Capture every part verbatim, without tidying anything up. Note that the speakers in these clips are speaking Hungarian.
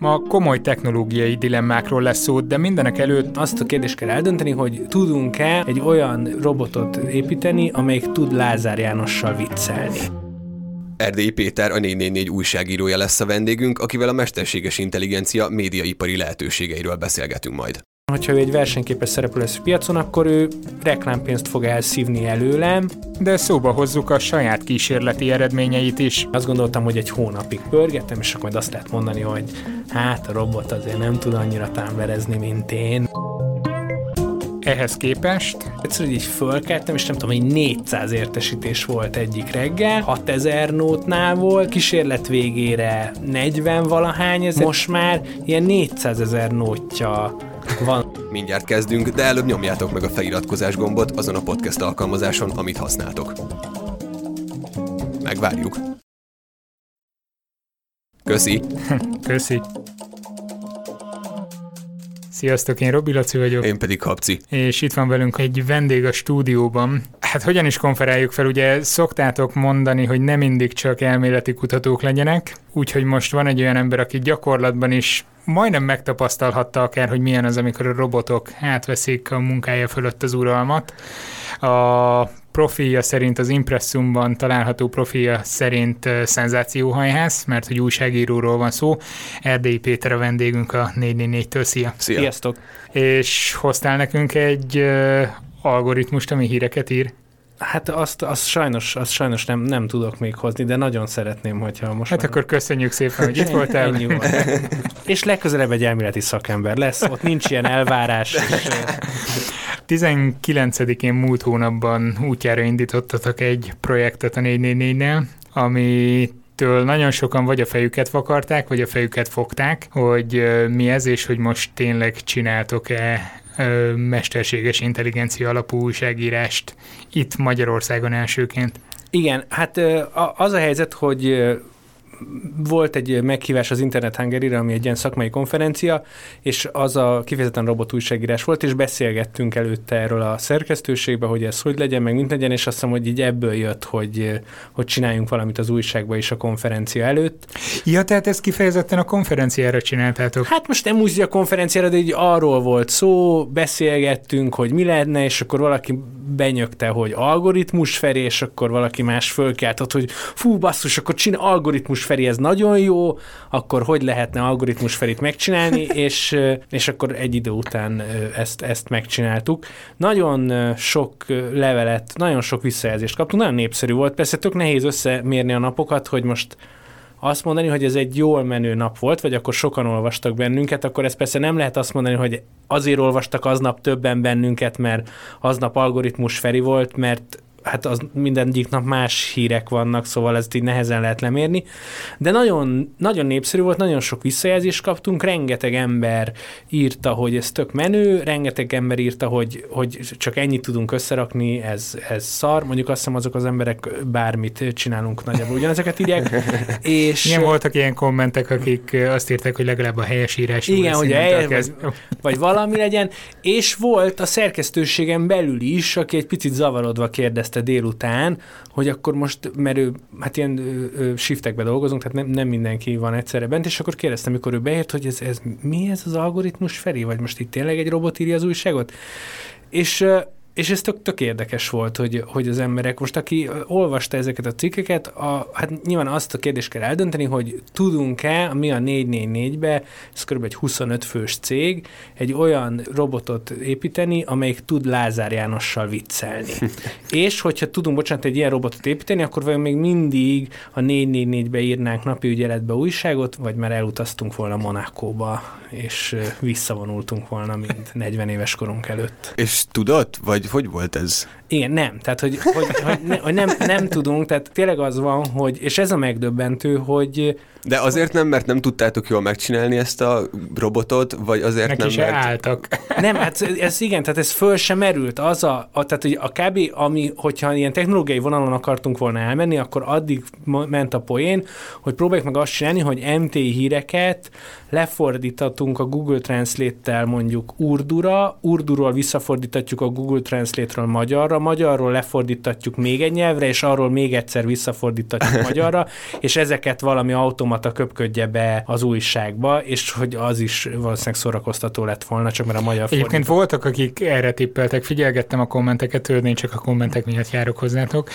Ma komoly technológiai dilemmákról lesz szó, de mindenek előtt azt a kérdést kell eldönteni, hogy tudunk-e egy olyan robotot építeni, amelyik tud Lázár Jánossal viccelni. Erdélyi Péter, a négy négy négy újságírója lesz a vendégünk, akivel a mesterséges intelligencia médiaipari lehetőségeiről beszélgetünk majd. Hogyha ő egy versenyképes szereplő lesz a piacon, akkor ő reklámpénzt fog elszívni előlem. De szóba hozzuk a saját kísérleti eredményeit is. Azt gondoltam, hogy egy hónapig pörgettem, és akkor majd azt lehet mondani, hogy hát a robot azért nem tud annyira támverezni, mint én. Ehhez képest egyszerűen így fölkeltem, és nem tudom, hogy négyszáz értesítés volt egyik reggel, hatezer nótnál volt, kísérlet végére negyven valahány ezer, most már ilyen négyszázezer nótja van. Mindjárt kezdünk, de előbb nyomjátok meg a feliratkozás gombot azon a podcast alkalmazáson, amit használtok. Megvárjuk. Köszi. Köszi. Sziasztok, én Robi Laci vagyok. Én pedig Habci. És itt van velünk egy vendég a stúdióban. Hát hogyan is konferáljuk fel, ugye szoktátok mondani, hogy nem mindig csak elméleti kutatók legyenek, úgyhogy most van egy olyan ember, aki gyakorlatban is majdnem megtapasztalhatta akár, hogy milyen az, amikor a robotok átveszik a munkája fölött az uralmat. A profilja szerint, az Impressumban található profilja szerint uh, szenzációhajhász, mert hogy újságíróról van szó. Erdélyi Péter a vendégünk a négy négy négytől. Szia! Szia! Sziasztok! És hoztál nekünk egy uh, algoritmust, ami híreket ír? Hát azt, azt sajnos, azt sajnos nem, nem tudok még hozni, de nagyon szeretném, hogyha most... Hát már... akkor köszönjük szépen, hogy itt voltál. Ennyi volt. És legközelebb egy elméleti szakember lesz, ott nincs ilyen elvárás. És... tizenkilencedikén múlt hónapban útjára indítottatok egy projektet a négy négy négynél, amitől nagyon sokan vagy a fejüket vakarták, vagy a fejüket fogták, hogy mi ez, és hogy most tényleg csináltok-e mesterséges intelligencia alapú újságírást itt Magyarországon elsőként. Igen, hát az a helyzet, hogy volt egy meghívás az Internet Hungary-re, ami egy ilyen szakmai konferencia, és az a kifejezetten robot újságírás volt, és beszélgettünk előtte erről a szerkesztőségbe, hogy ez hogy legyen, meg mint legyen, és azt hiszem, hogy így ebből jött, hogy, hogy csináljunk valamit az újságba is a konferencia előtt. Ja, tehát ezt kifejezetten a konferenciára csináltátok? Hát most nem úgy a konferenciára, de így arról volt szó, beszélgettünk, hogy mi lehetne, és akkor valaki benyögte, hogy algoritmus Feri, és akkor valaki más fölkeltott, hogy fú, basszus, akkor csinál algoritmus Feri, ez nagyon jó, akkor hogy lehetne algoritmus Ferit megcsinálni, és, és akkor egy idő után ezt, ezt megcsináltuk. Nagyon sok levelet, nagyon sok visszajelzést kaptunk, nagyon népszerű volt, persze tök nehéz összemérni a napokat, hogy most azt mondani, hogy ez egy jól menő nap volt, vagy akkor sokan olvastak bennünket, akkor ezt persze nem lehet azt mondani, hogy azért olvastak aznap többen bennünket, mert aznap algoritmus Feri volt, mert hát az minden egyik nap más hírek vannak, szóval ezt így nehezen lehet lemérni, de nagyon, nagyon népszerű volt, nagyon sok visszajelzést kaptunk, rengeteg ember írta, hogy ez tök menő, rengeteg ember írta, hogy, hogy csak ennyit tudunk összerakni, ez, ez szar, mondjuk azt hiszem azok az emberek bármit csinálunk nagyjából ugyanezeket írják. És igen, voltak ilyen kommentek, akik azt írták, hogy legalább a helyesírás. Igen, hogy el, vagy, vagy valami legyen, és volt a szerkesztőségen belül is, aki egy picit zavarodva kérdezte délután, hogy akkor most, mert ő, hát ilyen ö, ö, shiftekbe dolgozunk, tehát nem, nem mindenki van egyszerre bent, és akkor kérdeztem, mikor ő beért, hogy ez, ez mi ez az algoritmus Feri, vagy most itt tényleg egy robot írja az újságot? És ö, És ez tök, tök érdekes volt, hogy, hogy az emberek, most aki olvasta ezeket a cikkeket, a, hát nyilván azt a kérdést kell eldönteni, hogy tudunk-e, mi a négy négy négybe, ez kb. Egy huszonöt fős cég, egy olyan robotot építeni, amelyik tud Lázár Jánossal viccelni. És hogyha tudunk, bocsánat, egy ilyen robotot építeni, akkor vagy még mindig a négy négy négybe írnánk napi ügyeletbe újságot, vagy már elutaztunk volna Monacóba, és visszavonultunk volna, mint negyven éves korunk előtt. És tudod, vagy hogy volt ez? Igen, nem. Tehát, hogy, hogy, hogy, ne, hogy nem, nem tudunk, tehát tényleg az van, hogy, és ez a megdöbbentő, hogy... De azért nem, mert nem tudtátok jól megcsinálni ezt a robotot, vagy azért neki nem, se mert... álltak. Nem, hát ez igen, tehát ez föl sem merült. Az a, a, tehát hogy a kb. Ami, hogyha ilyen technológiai vonalon akartunk volna elmenni, akkor addig ment a poén, hogy próbáljuk meg azt csinálni, hogy em té híreket lefordítatunk a Google Translate-tel mondjuk Urdura, Urduról visszafordítatjuk a Google Translate-ről magyarra, magyarról lefordítatjuk még egy nyelvre, és arról még egyszer visszafordítatjuk magyarra, és ezeket valami automata köpködje be az újságba, és hogy az is valószínűleg szórakoztató lett volna, csak mert a magyar Egyébként fordító. voltak, akik erre tippeltek, figyelgettem a kommenteket, tőled én csak a kommentek miatt járok hozzátok.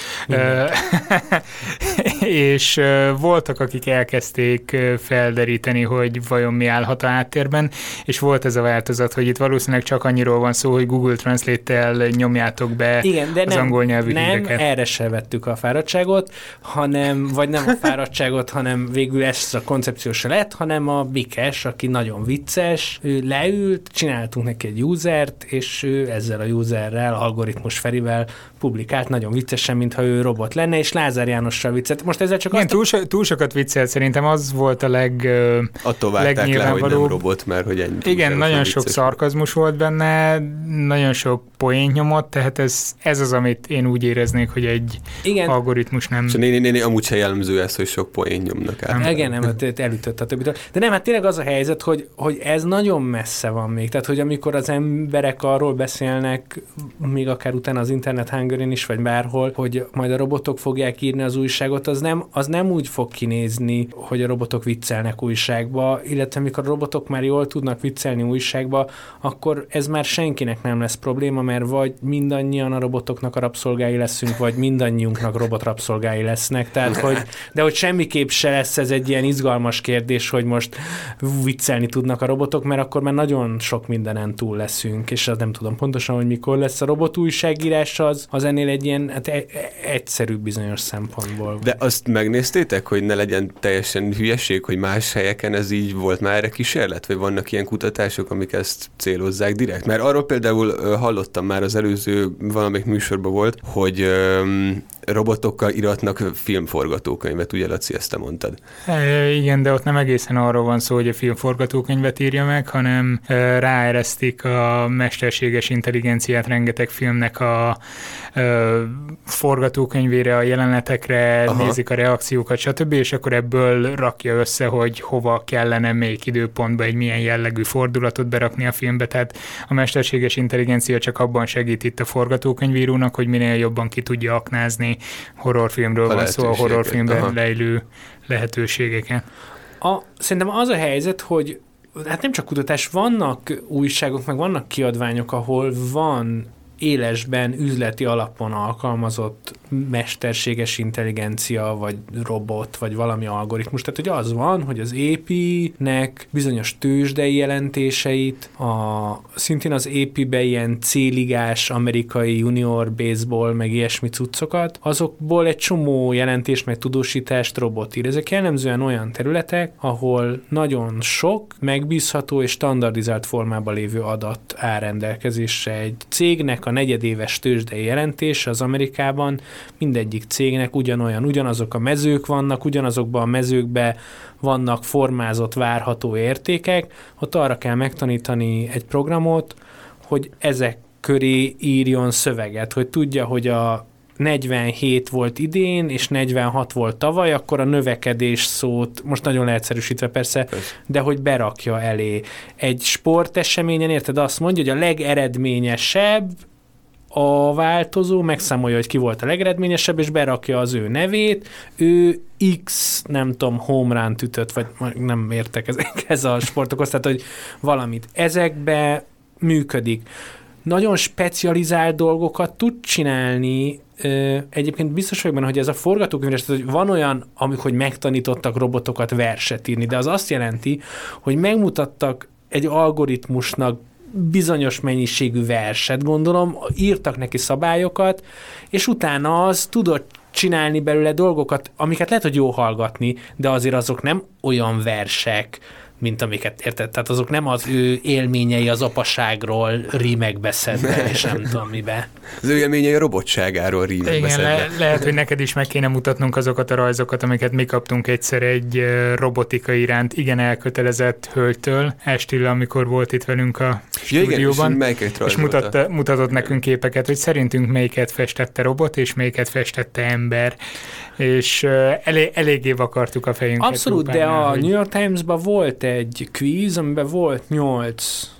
És voltak, akik elkezdték felderíteni, hogy vajon mi állhat a háttérben, és volt ez a változat, hogy itt valószínűleg csak annyiról van szó, hogy Google Translate-tel nyomjátok be Igen, de az nem, angol nyelvű nem híreket. erre se vettük a fáradtságot, hanem, vagy nem a fáradtságot, hanem végül ez a koncepció se lett, hanem a Bikes, aki nagyon vicces, ő leült, csináltunk neki egy usert, és ő ezzel a userrel, Algoritmus Ferivel publikált nagyon viccesen, mintha ő robot lenne, és Lázár Jánossal viccelt. Most ezzel csak Igen, azt... túl, so, túl sokat viccelt, szerintem az volt a leg Attól vágták le, hogy nem robot, mert hogy ennyi. Igen, nagyon sok szarkazmus volt benne, nagyon sok poént nyomott, tehát ez, ez az, amit én úgy éreznék, hogy egy Igen. algoritmus nem... És a néni, néni amúgy se jellemző ez, hogy sok poént nyomnak át. Igen, nem, elütött a többitől. De nem, hát tényleg az a helyzet, hogy, hogy ez nagyon messze van még. Tehát, hogy amikor az emberek arról beszélnek, még akár utána az Internet Hungary-n is, vagy bárhol, hogy majd a robotok fogják írni az újságot, az nem, az nem úgy fog kinézni, hogy a robotok viccelnek újságba, illetve amikor a robotok már jól tudnak viccelni újságba, akkor ez már senkinek nem lesz probléma, mert vagy mindannyian a robotoknak a rabszolgái leszünk, vagy mindannyiunknak robotrabszolgái lesznek. Tehát, hogy, de hogy semmiképp se lesz ez egy ilyen izgalmas kérdés, hogy most viccelni tudnak a robotok, mert akkor már nagyon sok mindenen túl leszünk, és az nem tudom pontosan, hogy mikor lesz a robot újságírás, az, az ennél egy ilyen hát egyszerűbb bizonyos szempontból. De azt megnéztétek, hogy ne legyen teljesen hülyeség, hogy más helyeken ez így volt már erre kísérlet, vagy vannak ilyen kutatások, amik ezt célozzák direkt? Mert arról például uh, hallottam már az előző valamelyik műsorban volt, hogy um, robotokkal iratnak filmforgatókönyvet, ugye Laci, ezt te mondtad? E, igen, de ott nem egészen arról van szó, hogy a filmforgatókönyvet írja meg, hanem e, ráeresztik a mesterséges intelligenciát rengeteg filmnek a e, forgatókönyvére, a jelenetekre, Aha. nézik a reakciókat, stb., és akkor ebből rakja össze, hogy hova kellene melyik időpontba egy milyen jellegű fordulatot berakni a filmbe, tehát a mesterséges intelligencia csak abban segít itt a forgatókönyvírónak, hogy minél jobban ki tudja aknázni horrorfilmről a van szó, a horrorfilmben lejlő lehetőségeken. A, szerintem az a helyzet, hogy hát nem csak kutatás, vannak újságok, meg vannak kiadványok, ahol van élesben, üzleti alapon alkalmazott mesterséges intelligencia, vagy robot, vagy valami algoritmus. Tehát, hogy az van, hogy az á pé i-nek bizonyos tőzsdei jelentéseit, a, szintén az á pé i-be ilyen C-ligás, amerikai junior baseball, meg ilyesmi cuccokat, azokból egy csomó jelentés, meg tudósítást robot ír. Ezek jellemzően olyan területek, ahol nagyon sok, megbízható és standardizált formában lévő adat áll rendelkezésre. Egy cégnek a negyedéves tőzsdei jelentés az Amerikában mindegyik cégnek ugyanolyan, ugyanazok a mezők vannak, ugyanazokban a mezőkben vannak formázott várható értékek, ott arra kell megtanítani egy programot, hogy ezek köré írjon szöveget, hogy tudja, hogy a negyvenhét volt idén, és negyvenhat volt tavaly, akkor a növekedés szót, most nagyon leegyszerűsítve persze, persze, de hogy berakja elé. Egy sporteseményen, érted, azt mondja, hogy a legeredményesebb a változó, megszámolja, hogy ki volt a legeredményesebb, és berakja az ő nevét, ő X, nem tudom, home run ütött, vagy nem értek ez a sportokhoz, tehát, hogy valamit. Ezekbe működik. Nagyon specializált dolgokat tud csinálni. Egyébként biztos vagyok benne, hogy ez a forgatókönyves, hogy van olyan, amikor megtanítottak robotokat verset írni, de az azt jelenti, hogy megmutattak egy algoritmusnak bizonyos mennyiségű verset, gondolom, írtak neki szabályokat, és utána az tudott csinálni belőle dolgokat, amiket lehet, hogy jó hallgatni, de azért azok nem olyan versek, mint amiket érted. Tehát azok nem az ő élményei az apaságról rímekbe szedve, és nem tudom mibe. Az ő élményei a robotságáról rímekbe Igen, szedve. Le- lehet, hogy neked is meg kéne mutatnunk azokat a rajzokat, amiket mi kaptunk egyszer egy robotika iránt igen elkötelezett hölgytől, Estille, amikor volt itt velünk a stúdióban, ja, igen, és, és mutatta, mutatott nekünk képeket, hogy szerintünk melyiket festette robot, és melyiket festette ember, és elé, eléggé vakartuk a fejünket. Abszolút, de a hogy... New York Times-ban volt egy quiz, amiben volt nyolc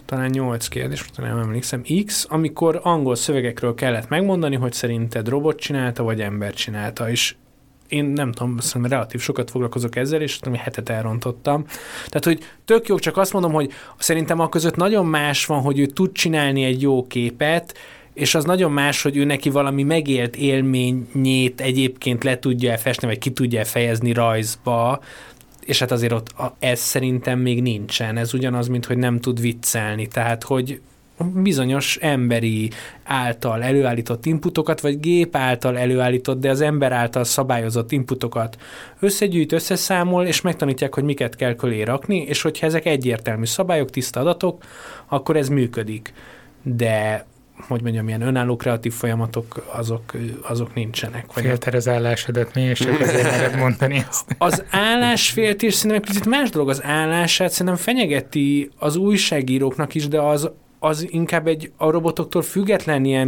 talán nyolc kérdés, talán nem emlékszem, X, amikor angol szövegekről kellett megmondani, hogy szerinted robot csinálta, vagy ember csinálta, és én nem tudom, szerintem relatív sokat foglalkozok ezzel, és tudom, hetet elrontottam. Tehát, hogy tök jó, csak azt mondom, hogy szerintem a között nagyon más van, hogy ő tud csinálni egy jó képet, és az nagyon más, hogy ő neki valami megélt élményét egyébként le tudja festni, vagy ki tudja fejezni rajzba, és hát azért ott ez szerintem még nincsen. Ez ugyanaz, mint hogy nem tud viccelni. Tehát, hogy bizonyos emberi által előállított inputokat, vagy gép által előállított, de az ember által szabályozott inputokat összegyűjt, összeszámol, és megtanítják, hogy miket kell köré rakni, és hogyha ezek egyértelmű szabályok, tiszta adatok, akkor ez működik. De hogy mondjam, ilyen önálló kreatív folyamatok, azok, azok nincsenek. Félted az állásodat, mi és csak azért mered mondani ezt. Az állásféltés szerintem egy picit más dolog. Az állását szerintem fenyegeti az újságíróknak is, de az az inkább egy a robotoktól független ilyen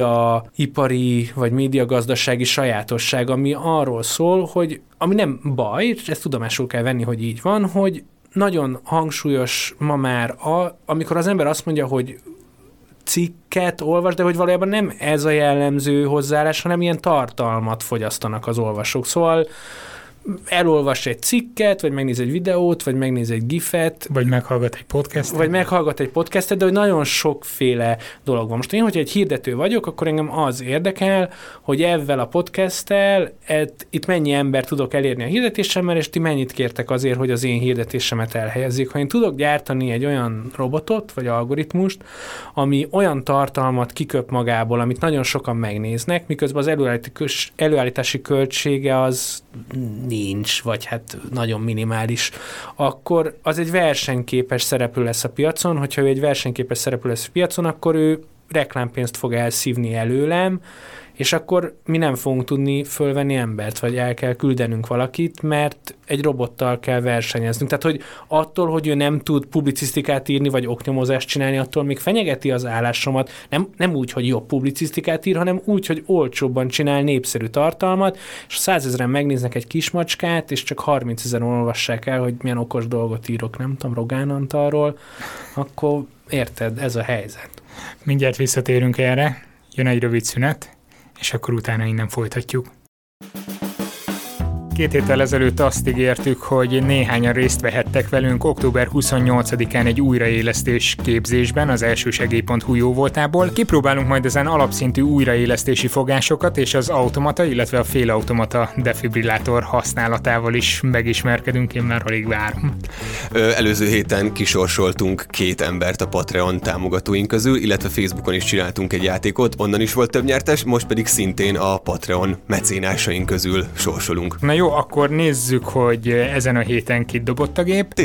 médiaipari vagy médiagazdasági sajátosság, ami arról szól, hogy ami nem baj, ezt tudomásul kell venni, hogy így van, hogy nagyon hangsúlyos ma már, a, amikor az ember azt mondja, hogy cikket olvas, de hogy valójában nem ez a jellemző hozzáállás, hanem ilyen tartalmat fogyasztanak az olvasók. Szóval elolvas egy cikket, vagy megnéz egy videót, vagy megnéz egy gifet. Vagy meghallgat egy podcastet. Vagy meghallgat egy podcastet, de hogy nagyon sokféle dolog van. Most én, hogyha egy hirdető vagyok, akkor engem az érdekel, hogy ezzel a podcasttel et, itt mennyi ember tudok elérni a hirdetésemmel, és ti mennyit kértek azért, hogy az én hirdetésemet elhelyezzék. Ha én tudok gyártani egy olyan robotot, vagy algoritmust, ami olyan tartalmat kiköp magából, amit nagyon sokan megnéznek, miközben az előállítási költsége az nincs, vagy hát nagyon minimális, akkor az egy versenyképes szereplő lesz a piacon, hogyha ő egy versenyképes szereplő lesz a piacon, akkor ő reklámpénzt fog elszívni előlem, és akkor mi nem fogunk tudni fölvenni embert, vagy el kell küldenünk valakit, mert egy robottal kell versenyeznünk. Tehát, hogy attól, hogy ő nem tud publicisztikát írni, vagy oknyomozást csinálni, attól még fenyegeti az állásomat. Nem, nem úgy, hogy jobb publicisztikát ír, hanem úgy, hogy olcsóbban csinál népszerű tartalmat, és százezren megnéznek egy kismacskát, és csak harmincezren olvassák el, hogy milyen okos dolgot írok, nem tudom, Rogán Antalról, akkor érted, ez a helyzet. Mindjárt visszatérünk erre, jön egy rövid szünet, és akkor utána innen folytatjuk. Két héttel ezelőtt azt ígértük, hogy néhányan részt vehettek velünk október huszonnyolcadikán egy újraélesztés képzésben az elsősegély pont hu jó voltából. Kipróbálunk majd ezen alapszintű újraélesztési fogásokat, és az automata, illetve a félautomata defibrillátor használatával is megismerkedünk, én már alig várom. Ö, előző héten kisorsoltunk két embert a Patreon támogatóink közül, illetve Facebookon is csináltunk egy játékot, onnan is volt több nyertes, most pedig szintén a Patreon mecénásaink közül sorsolunk. Na jó, akkor nézzük, hogy ezen a héten kit dobott a gép.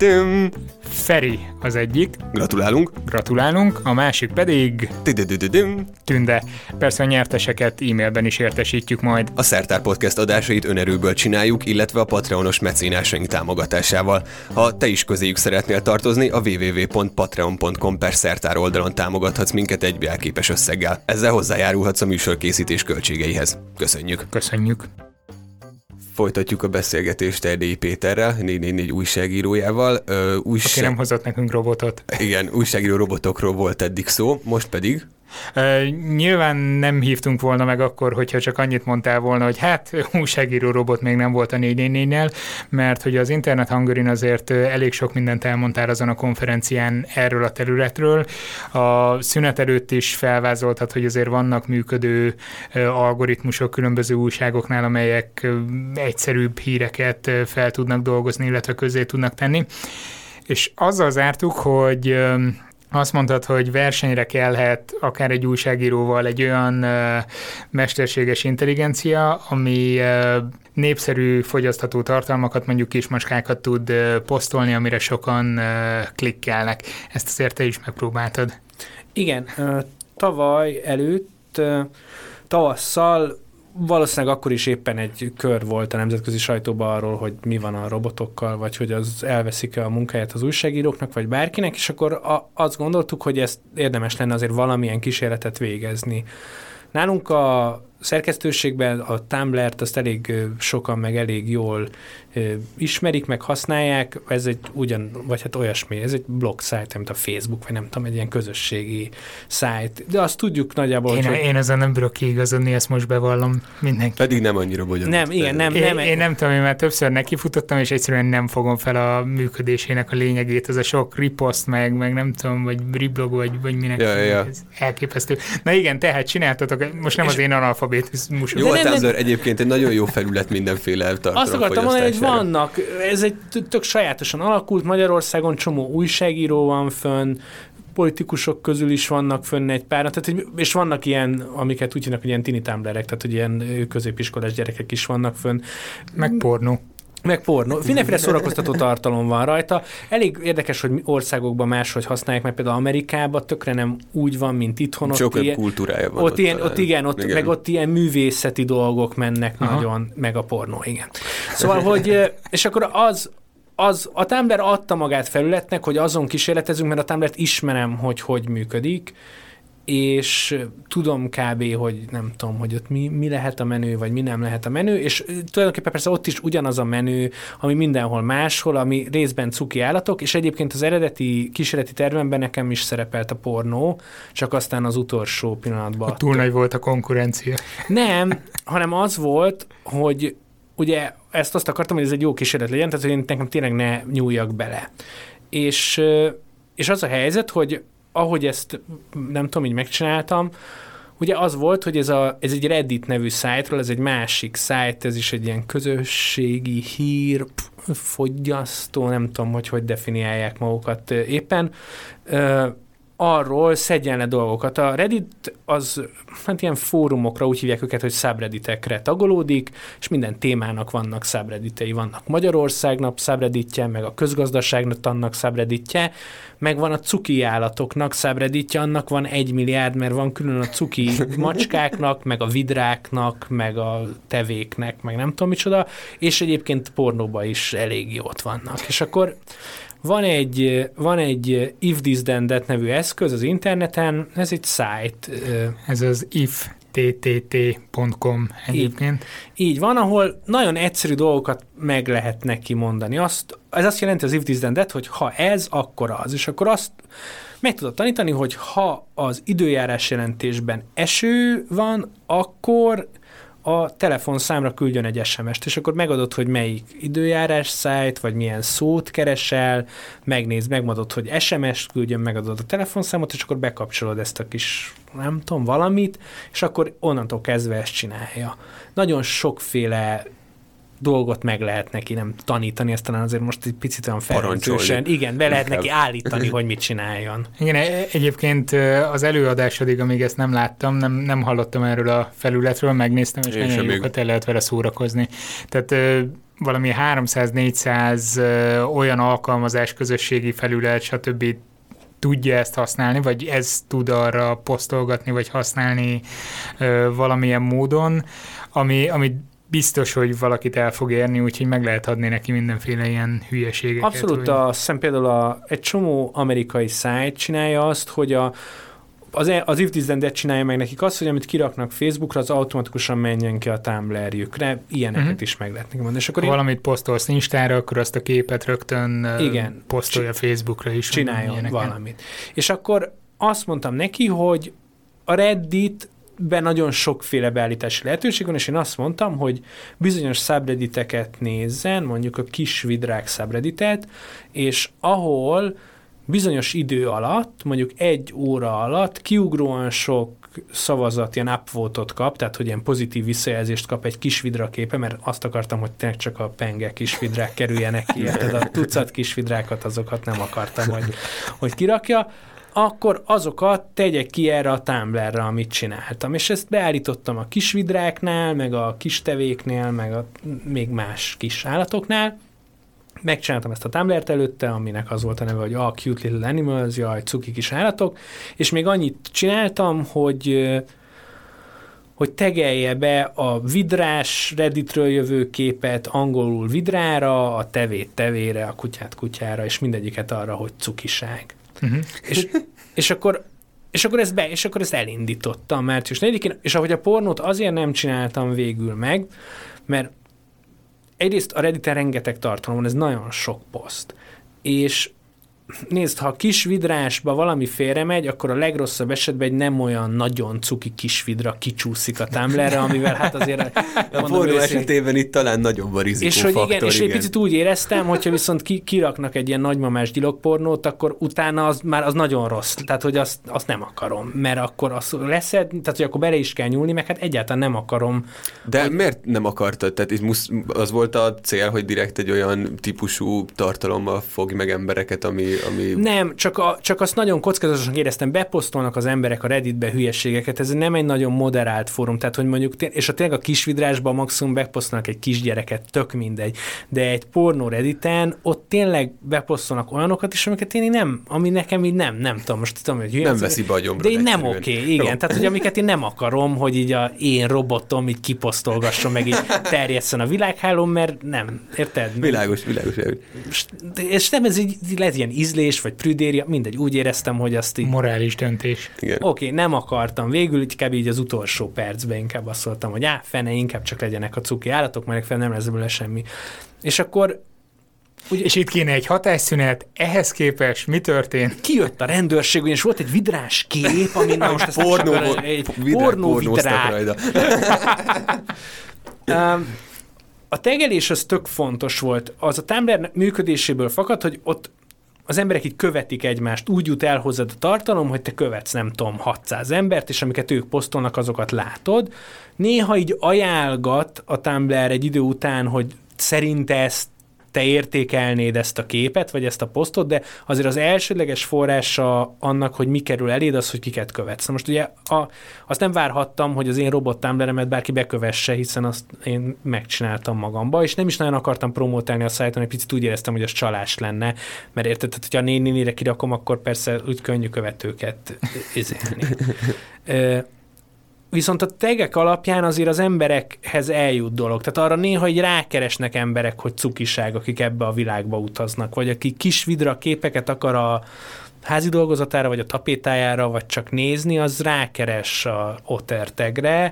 Feri az egyik. Gratulálunk. Gratulálunk. A másik pedig Tünde. Persze a nyerteseket e-mailben is értesítjük majd. A Szertár Podcast adásait önerőből csináljuk, illetve a Patreonos mecénásaink támogatásával. Ha te is közéjük szeretnél tartozni, a double-u double-u double-u pont patreon pont com per szertár oldalon támogathatsz minket egy jelképes összeggel. Ezzel hozzájárulhatsz a műsorkészítés költségeihez. Köszönjük. Köszönjük. Folytatjuk a beszélgetést Erdélyi Péterrel, négy négy négy újságírójával. Ö, újság... Aki nem hozott nekünk robotot. Igen, újságíró robotokról volt eddig szó, most pedig... Uh, nyilván nem hívtunk volna meg akkor, hogyha csak annyit mondtál volna, hogy hát újságíró robot még nem volt a négy négy négynél, mert hogy az Internet Hungary azért elég sok mindent elmondtál azon a konferencián erről a területről. A szünet előtt is felvázoltad, hogy azért vannak működő uh, algoritmusok különböző újságoknál, amelyek uh, egyszerűbb híreket uh, fel tudnak dolgozni, illetve közzé tudnak tenni. És azzal zártuk, hogy uh, azt mondtad, hogy versenyre kellhet akár egy újságíróval egy olyan uh, mesterséges intelligencia, ami uh, népszerű fogyasztható tartalmakat, mondjuk kismacskákat tud uh, posztolni, amire sokan uh, klikkelnek. Ezt azért te is megpróbáltad. Igen, uh, tavaly előtt, uh, tavasszal valószínűleg akkor is éppen egy kör volt a nemzetközi sajtóban arról, hogy mi van a robotokkal, vagy hogy az elveszik-e a munkáját az újságíróknak, vagy bárkinek, és akkor a, azt gondoltuk, hogy ezt érdemes lenne azért valamilyen kísérletet végezni. Nálunk a szerkesztőségben a Tumblr-t azt elég sokan meg elég jól ismerik, meg használják, ez egy ugyan, vagy hát olyasmi, ez egy blog szájt, mint a Facebook, vagy nem tudom, egy ilyen közösségi szájt. De azt tudjuk nagyjából, én, hogy... Én azon nem tudok kiigazodni, ezt most bevallom mindenki. Pedig nem annyira bonyolult. Nem, igen, nem. Én nem, én nem tudom, én már többször nekifutottam, és egyszerűen nem fogom fel a működésének a lényegét, az a sok riposzt, meg, meg nem tudom, vagy reblog, vagy, vagy minek. Ja, ja. Ez elképesztő. Na igen, tehát csináltatok, most nem az én analfabetizmusom. Jó, a Tumblr egyébként egy nagyon jó felület mindenféle tartalomfogyasztásra. Azt akartam mondani, hogy vannak, ez egy tök sajátosan alakult, Magyarországon csomó újságíró van fönn, politikusok közül is vannak fönn egy pár, tehát, és vannak ilyen, amiket úgy hívnak, hogy ilyen tini tumblerek, tehát hogy ilyen középiskolás gyerekek is vannak fönn. Meg pornó. Meg pornó. Mindenféle szórakoztató tartalom van rajta. Elég érdekes, hogy országokban máshogy használják, mert például Amerikában tökre nem úgy van, mint itthon. Sokkal ilyen, kultúrája van. Ott, ott, ilyen, ott igen, ott, igen. meg ott ilyen művészeti dolgok mennek Aha. nagyon, meg a pornó, igen. Szóval, hogy, és akkor az, az, a Tumblr adta magát felületnek, hogy azon kísérletezünk, mert a Tumblr-t ismerem, hogy hogy működik, és tudom kb. Hogy nem tudom, hogy ott mi, mi lehet a menü, vagy mi nem lehet a menü, és tulajdonképpen persze ott is ugyanaz a menü, ami mindenhol máshol, ami részben cuki állatok, és egyébként az eredeti kísérleti tervemben nekem is szerepelt a pornó, csak aztán az utolsó pillanatban. Túl nagy volt a konkurencia. Nem, hanem az volt, hogy ugye ezt azt akartam, hogy ez egy jó kísérlet legyen, tehát hogy én nekem tényleg ne nyúljak bele. És, és az a helyzet, hogy ahogy ezt nem tudom, így megcsináltam, ugye az volt, hogy ez, a, ez egy Reddit nevű szájtról, ez egy másik szájt, ez is egy ilyen közösségi hír, fogyasztó, nem tudom, hogy hogy definiálják magukat éppen, arról szedjen le dolgokat. A Reddit az, hát ilyen fórumokra, úgy hívják őket, hogy subredditekre tagolódik, és minden témának vannak subredditei. Vannak Magyarországnak subredditje, meg a közgazdaságnak annak subredditje, meg van a cuki állatoknak subredditje, annak van egy milliárd, mert van külön a cuki macskáknak, meg a vidráknak, meg a tevéknek, meg nem tudom micsoda, és egyébként pornóban is elég ott vannak. És akkor Van egy, van egy If This Then That nevű eszköz az interneten, ez egy szájt. Ez az if t t t pont com egyébként. Így, így van, ahol nagyon egyszerű dolgokat meg lehet neki mondani. Azt, ez azt jelenti az If This Then That, hogy ha ez, akkor az. És akkor azt meg tudod tanítani, hogy ha az időjárás jelentésben eső van, akkor a telefonszámra küldjön egy es em est, és akkor megadod, hogy melyik időjárás szájt, vagy milyen szót keresel, megnézd, megmondod, hogy es em est küldjön, megadod a telefonszámot, és akkor bekapcsolod ezt a kis, nem tudom, valamit, és akkor onnantól kezdve ezt csinálja. Nagyon sokféle dolgot meg lehet neki nem tanítani, ezt talán azért most egy picit olyan felrendősen. Igen, be lehet neki állítani, hogy mit csináljon. Igen, egyébként az előadásodig, amíg ezt nem láttam, nem, nem hallottam erről a felületről, megnéztem, és nagyon jókat el lehet vele szórakozni. Tehát valami háromszáz-négyszáz olyan alkalmazás, közösségi felület, stb. Tudja ezt használni, vagy ez tud arra posztolgatni, vagy használni valamilyen módon, ami, ami biztos, hogy valakit el fog érni, úgyhogy meg lehet adni neki mindenféle ilyen hülyeségeket. Abszolút, hogy... azt hiszem például a, egy csomó amerikai szájt csinálja azt, hogy a, az, az If This Then That csinálja meg nekik azt, hogy amit kiraknak Facebookra, az automatikusan menjen ki a Tumblr-jükre, ilyeneket uh-huh. is meg lehet neki mondani. És akkor ha én... valamit posztolsz Instára, akkor azt a képet rögtön igen, posztolja c- Facebookra is. Csináljon valamit. És akkor azt mondtam neki, hogy a Reddit ben nagyon sokféle beállítási lehetőség van, és én azt mondtam, hogy bizonyos subredditeket nézzen, mondjuk a kis vidrák subredditet, és ahol bizonyos idő alatt, mondjuk egy óra alatt kiugróan sok szavazat, ilyen upvote-ot kap, tehát hogy ilyen pozitív visszajelzést kap egy kisvidra képe, mert azt akartam, hogy tényleg csak a penge kisvidrák kerüljenek ki, tehát a tucat kisvidrákat, azokat nem akartam, hogy, hogy kirakja, akkor azokat tegye ki erre a Tumblr-ra, amit csináltam. És ezt beállítottam a kisvidráknál, meg a kistevéknél, meg a még más kis állatoknál. Megcsináltam ezt a Tumblr-t előtte, aminek az volt a neve, hogy a Cute Little Animals, jaj, cuki kis állatok, és még annyit csináltam, hogy hogy tegelje be a vidrás Redditről jövő képet angolul vidrára, a tevét tevére, a kutyát kutyára, és mindegyiket arra, hogy cukiság. Uh-huh. És, és akkor És akkor ezt be, és akkor ezt elindítottam március negyedikén, és ahogy a pornót azért nem csináltam végül meg, mert egyrészt a Redditen rengeteg tartalom van, ez nagyon sok poszt. És nézd, ha a kis vidrásba valami félremegy, akkor a legrosszabb esetben egy nem olyan nagyon cuki kis vidra kicsúszik a Tumblrre, amivel hát azért... A pornó esetében itt talán nagyobb a rizikófaktor. És hogy igen, és egy picit úgy éreztem, hogyha viszont ki, kiraknak egy ilyen nagymamás gyilokpornót, akkor utána az már az nagyon rossz. Tehát, hogy azt, azt nem akarom, mert akkor az leszed, tehát, hogy akkor bele is kell nyúlni, meg hát egyáltalán nem akarom. De hogy... miért nem akartad? Tehát itt musz, az volt a cél, hogy direkt egy olyan típusú tartalommal fogj meg embereket, ami Ami... Nem, csak, a, csak azt nagyon kockázatosan éreztem, beposztolnak az emberek a Redditbe hülyeségeket, ez nem egy nagyon moderált fórum, tehát hogy mondjuk, és a tényleg a kisvidrásban maximum beposztolnak egy kisgyereket, tök mindegy, de egy pornó Redditen ott tényleg beposztolnak olyanokat is, amiket én nem, ami nekem így nem, nem tudom, most tudom, hogy nem veszi be a gyomra. De én nem oké, okay, igen, tehát hogy amiket én nem akarom, hogy így a én robotom így kiposztolgasson, meg így terjesszen a világhálón, mert nem, érted? Világos, világos. És nem ez így lehet ilyen ízlés, vagy prüdéria, mindegy, úgy éreztem, hogy azt így... Morális döntés. Oké, okay, nem akartam. Végül így kb. Így az utolsó percben inkább azt mondtam, hogy á, fene, inkább csak legyenek a cuki állatok, mert fel nem lesz belőle semmi. És akkor... Ugye, és itt kéne egy hatásszünet, ehhez képest mi történt? Kijött a rendőrség, ugyanis volt egy vidrás kép, ami na most ezt pornó, csak, egy pornó vidrák. A tegelés az tök fontos volt. Az a Tumblr működéséből fakad, hogy ott az emberek így követik egymást, úgy jut el hozzád a tartalom, hogy te követsz, nem tudom, hatszáz embert, és amiket ők posztolnak, azokat látod. Néha így ajánlgat a Tumblr egy idő után, hogy szerinte ezt te értékelnéd ezt a képet, vagy ezt a posztot, de azért az elsődleges forrása annak, hogy mi kerül eléd, az, hogy kiket követsz. Most ugye a, azt nem várhattam, hogy az én robot Tumblr-emet bárki bekövesse, hiszen azt én megcsináltam magamba, és nem is nagyon akartam promotálni a szájton, egy picit úgy éreztem, hogy az csalás lenne, mert érted, hogyha a néni-nénire kirakom, akkor persze úgy könnyű követőket izélni. Viszont a tegek alapján azért az emberekhez eljut dolog. Tehát arra néha így rákeresnek emberek, hogy cukiság, akik ebbe a világba utaznak, vagy aki kis vidra képeket akar a házi dolgozatára, vagy a tapétájára, vagy csak nézni, az rákeres a Otter tagre,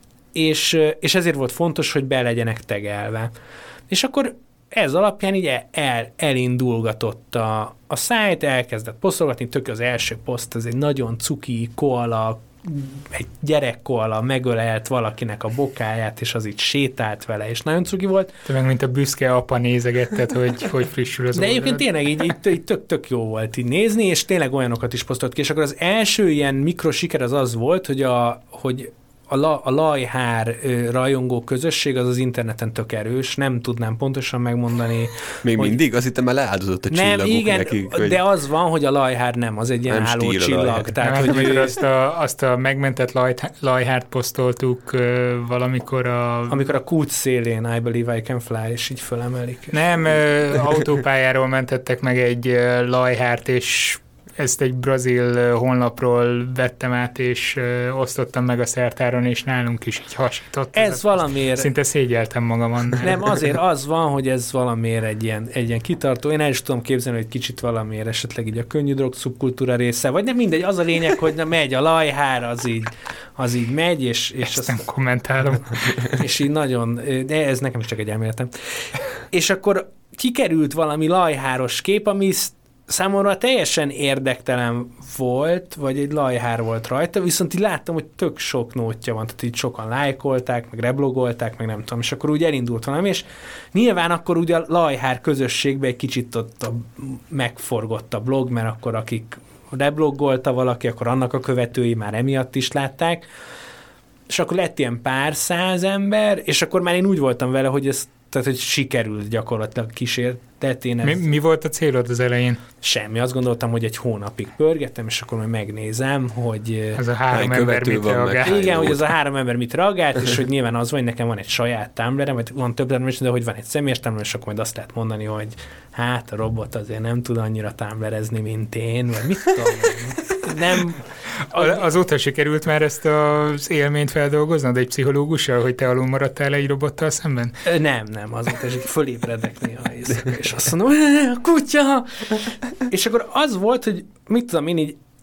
és, és ezért volt fontos, hogy be legyenek tegelve. És akkor ez alapján így el, elindulgatott a, a szájt, elkezdett posztolgatni, tök az első poszt, ez egy nagyon cuki koala, egy gyerek koala megölelt valakinek a bokáját, és az így sétált vele, és nagyon cuki volt. Te meg mint a büszke apa nézegetted, hogy hogy frissül az De oldalad. Egyébként tényleg így, így, így tök, tök jó volt így nézni, és tényleg olyanokat is posztolt ki, és akkor az első ilyen mikrosiker az az volt, hogy a, hogy a, la, a lajhár rajongó közösség az az interneten tök erős, nem tudnám pontosan megmondani. Még hogy... mindig? Azt hittem, már leáldozott a csillagok nem, igen, nekik. Hogy... De az van, hogy a lajhár nem, az egy ilyen álló csillag. Tehát, nem, hogy ő... azt, a, azt a megmentett laj, lajhárt posztoltuk uh, valamikor a... Amikor a kút szélén I believe I can fly, és így fölemelik. Nem, uh, autópályáról mentettek meg egy uh, lajhárt, és ezt egy brazil honlapról vettem át, és ö, osztottam meg a szertáron, és nálunk is így hasított. Ez, ez valamiért... Szinte szégyeltem magam annál. Nem, azért az van, hogy ez valamiért egy ilyen, egy ilyen kitartó. Én el is tudom képzelni, hogy kicsit valamiért esetleg így a könnyű drog szubkultúra része, vagy nem mindegy, az a lényeg, hogy na, megy a lajhár, az így, az így megy, és... és ezt azt, nem kommentálom. És így nagyon... De ez nekem is csak egy elméletem. És akkor kikerült valami lajháros kép, ami számomra teljesen érdektelen volt, vagy egy lajhár volt rajta, viszont így láttam, hogy tök sok nótja van, tehát így sokan lájkolták, meg reblogolták, meg nem tudom, és akkor úgy elindult valami, és nyilván akkor ugye a lajhár közösségben egy kicsit ott a, megforgott a blog, mert akkor akik rebloggolta valaki, akkor annak a követői már emiatt is látták, és akkor lett ilyen pár száz ember, és akkor már én úgy voltam vele, hogy ez tehát, hogy sikerült gyakorlatilag kísértetén. Mi, mi volt a célod az elején? Semmi. Azt gondoltam, hogy egy hónapig pörgettem, és akkor majd megnézem, hogy... Ez a három ember mit reagált. Igen, hogy az a három ember mit reagált, és hogy nyilván az van, hogy nekem van egy saját Tumblr-em, vagy van több Tumblr, de hogy van egy személyes Tumblr, és akkor majd azt lehet mondani, hogy hát a robot azért nem tud annyira Tumblrezni, mint én, vagy mit tudom. Nem... Azóta sikerült már ezt az élményt feldolgoznod egy pszichológussal, hogy te alul maradtál egy robottal szemben? Nem, nem, azóta is fölébredek néha éjszaka, és azt mondom, a kutya! És akkor az volt, hogy mit tudom én így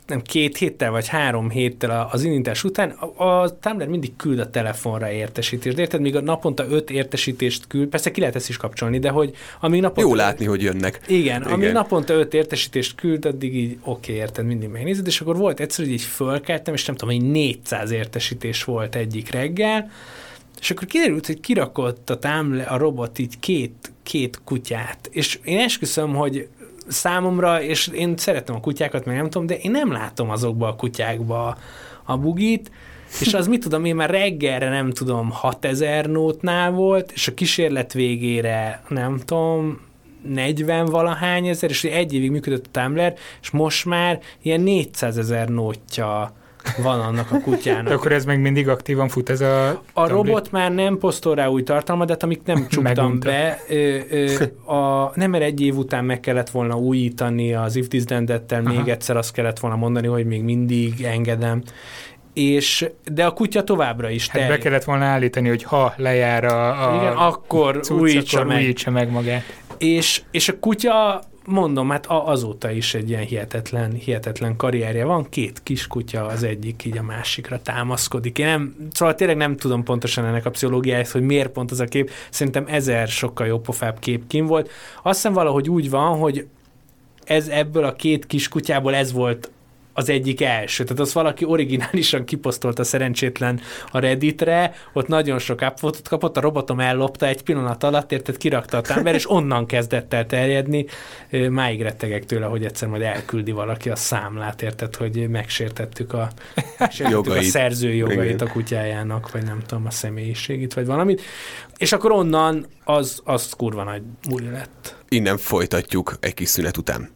nem két héttel vagy három héttel az indítás után a, a Tumblr mindig küld a telefonra értesítést. Érted? Míg a naponta öt értesítést küld, persze ki lehet ezt is kapcsolni, de hogy amíg naponta... Jó látni, hogy jönnek. Igen, Igen. amíg naponta öt értesítést küld, addig így oké, okay, érted, mindig megnézed, és akkor volt egyszer, hogy így fölkeltem, és nem tudom, hogy négyszáz értesítés volt egyik reggel, és akkor kiderült, hogy kirakott a Tumblr, a robot így két, két kutyát. És én esküszöm, hogy számomra, és én szeretem a kutyákat, meg nem tudom, de én nem látom azokba a kutyákba a bugit, és az mit tudom, én már reggelre nem tudom, hatezer nótnál volt, és a kísérlet végére nem tudom, negyven valahány ezer, és egy évig működött a Tumblr, és most már ilyen négyszázezer nótja van annak a kutyának. Akkor ez meg mindig aktívan fut ez a... A robot már nem posztol rá új tartalmat, de amik nem csuktam be, ö, ö, a, nem mert egy év után meg kellett volna újítani az if this then that-tel, még egyszer azt kellett volna mondani, hogy még mindig engedem. És, de a kutya továbbra is hát be kellett volna állítani, hogy ha lejár a, a igen, akkor cucc, újítsa, akkor meg. újítsa meg magát. És, és a kutya, mondom, hát azóta is egy ilyen hihetetlen, hihetetlen karrierje van. Két kis kutya, az egyik így a másikra támaszkodik. Én nem, szóval tényleg nem tudom pontosan ennek a pszichológiáját, hogy miért pont az a kép. Szerintem ezer sokkal jobb pofább kép kim volt. Azt hiszem valahogy úgy van, hogy ez ebből a két kis kutyából ez volt az egyik első. Tehát az valaki originálisan kiposztolta szerencsétlen a Redditre, ott nagyon sok upvotot kapott, a robotom ellopta egy pillanat alatt, érted, kirakta a Tumblr, és onnan kezdett el terjedni. Máig rettegek tőle, hogy egyszer majd elküldi valaki a számlát, érted, hogy megsértettük a, megsértettük a szerző jogait a kutyájának, vagy nem tudom, a személyiségét, vagy valamit. És akkor onnan az, az kurva nagy múli lett. Innen folytatjuk egy kis szünet után.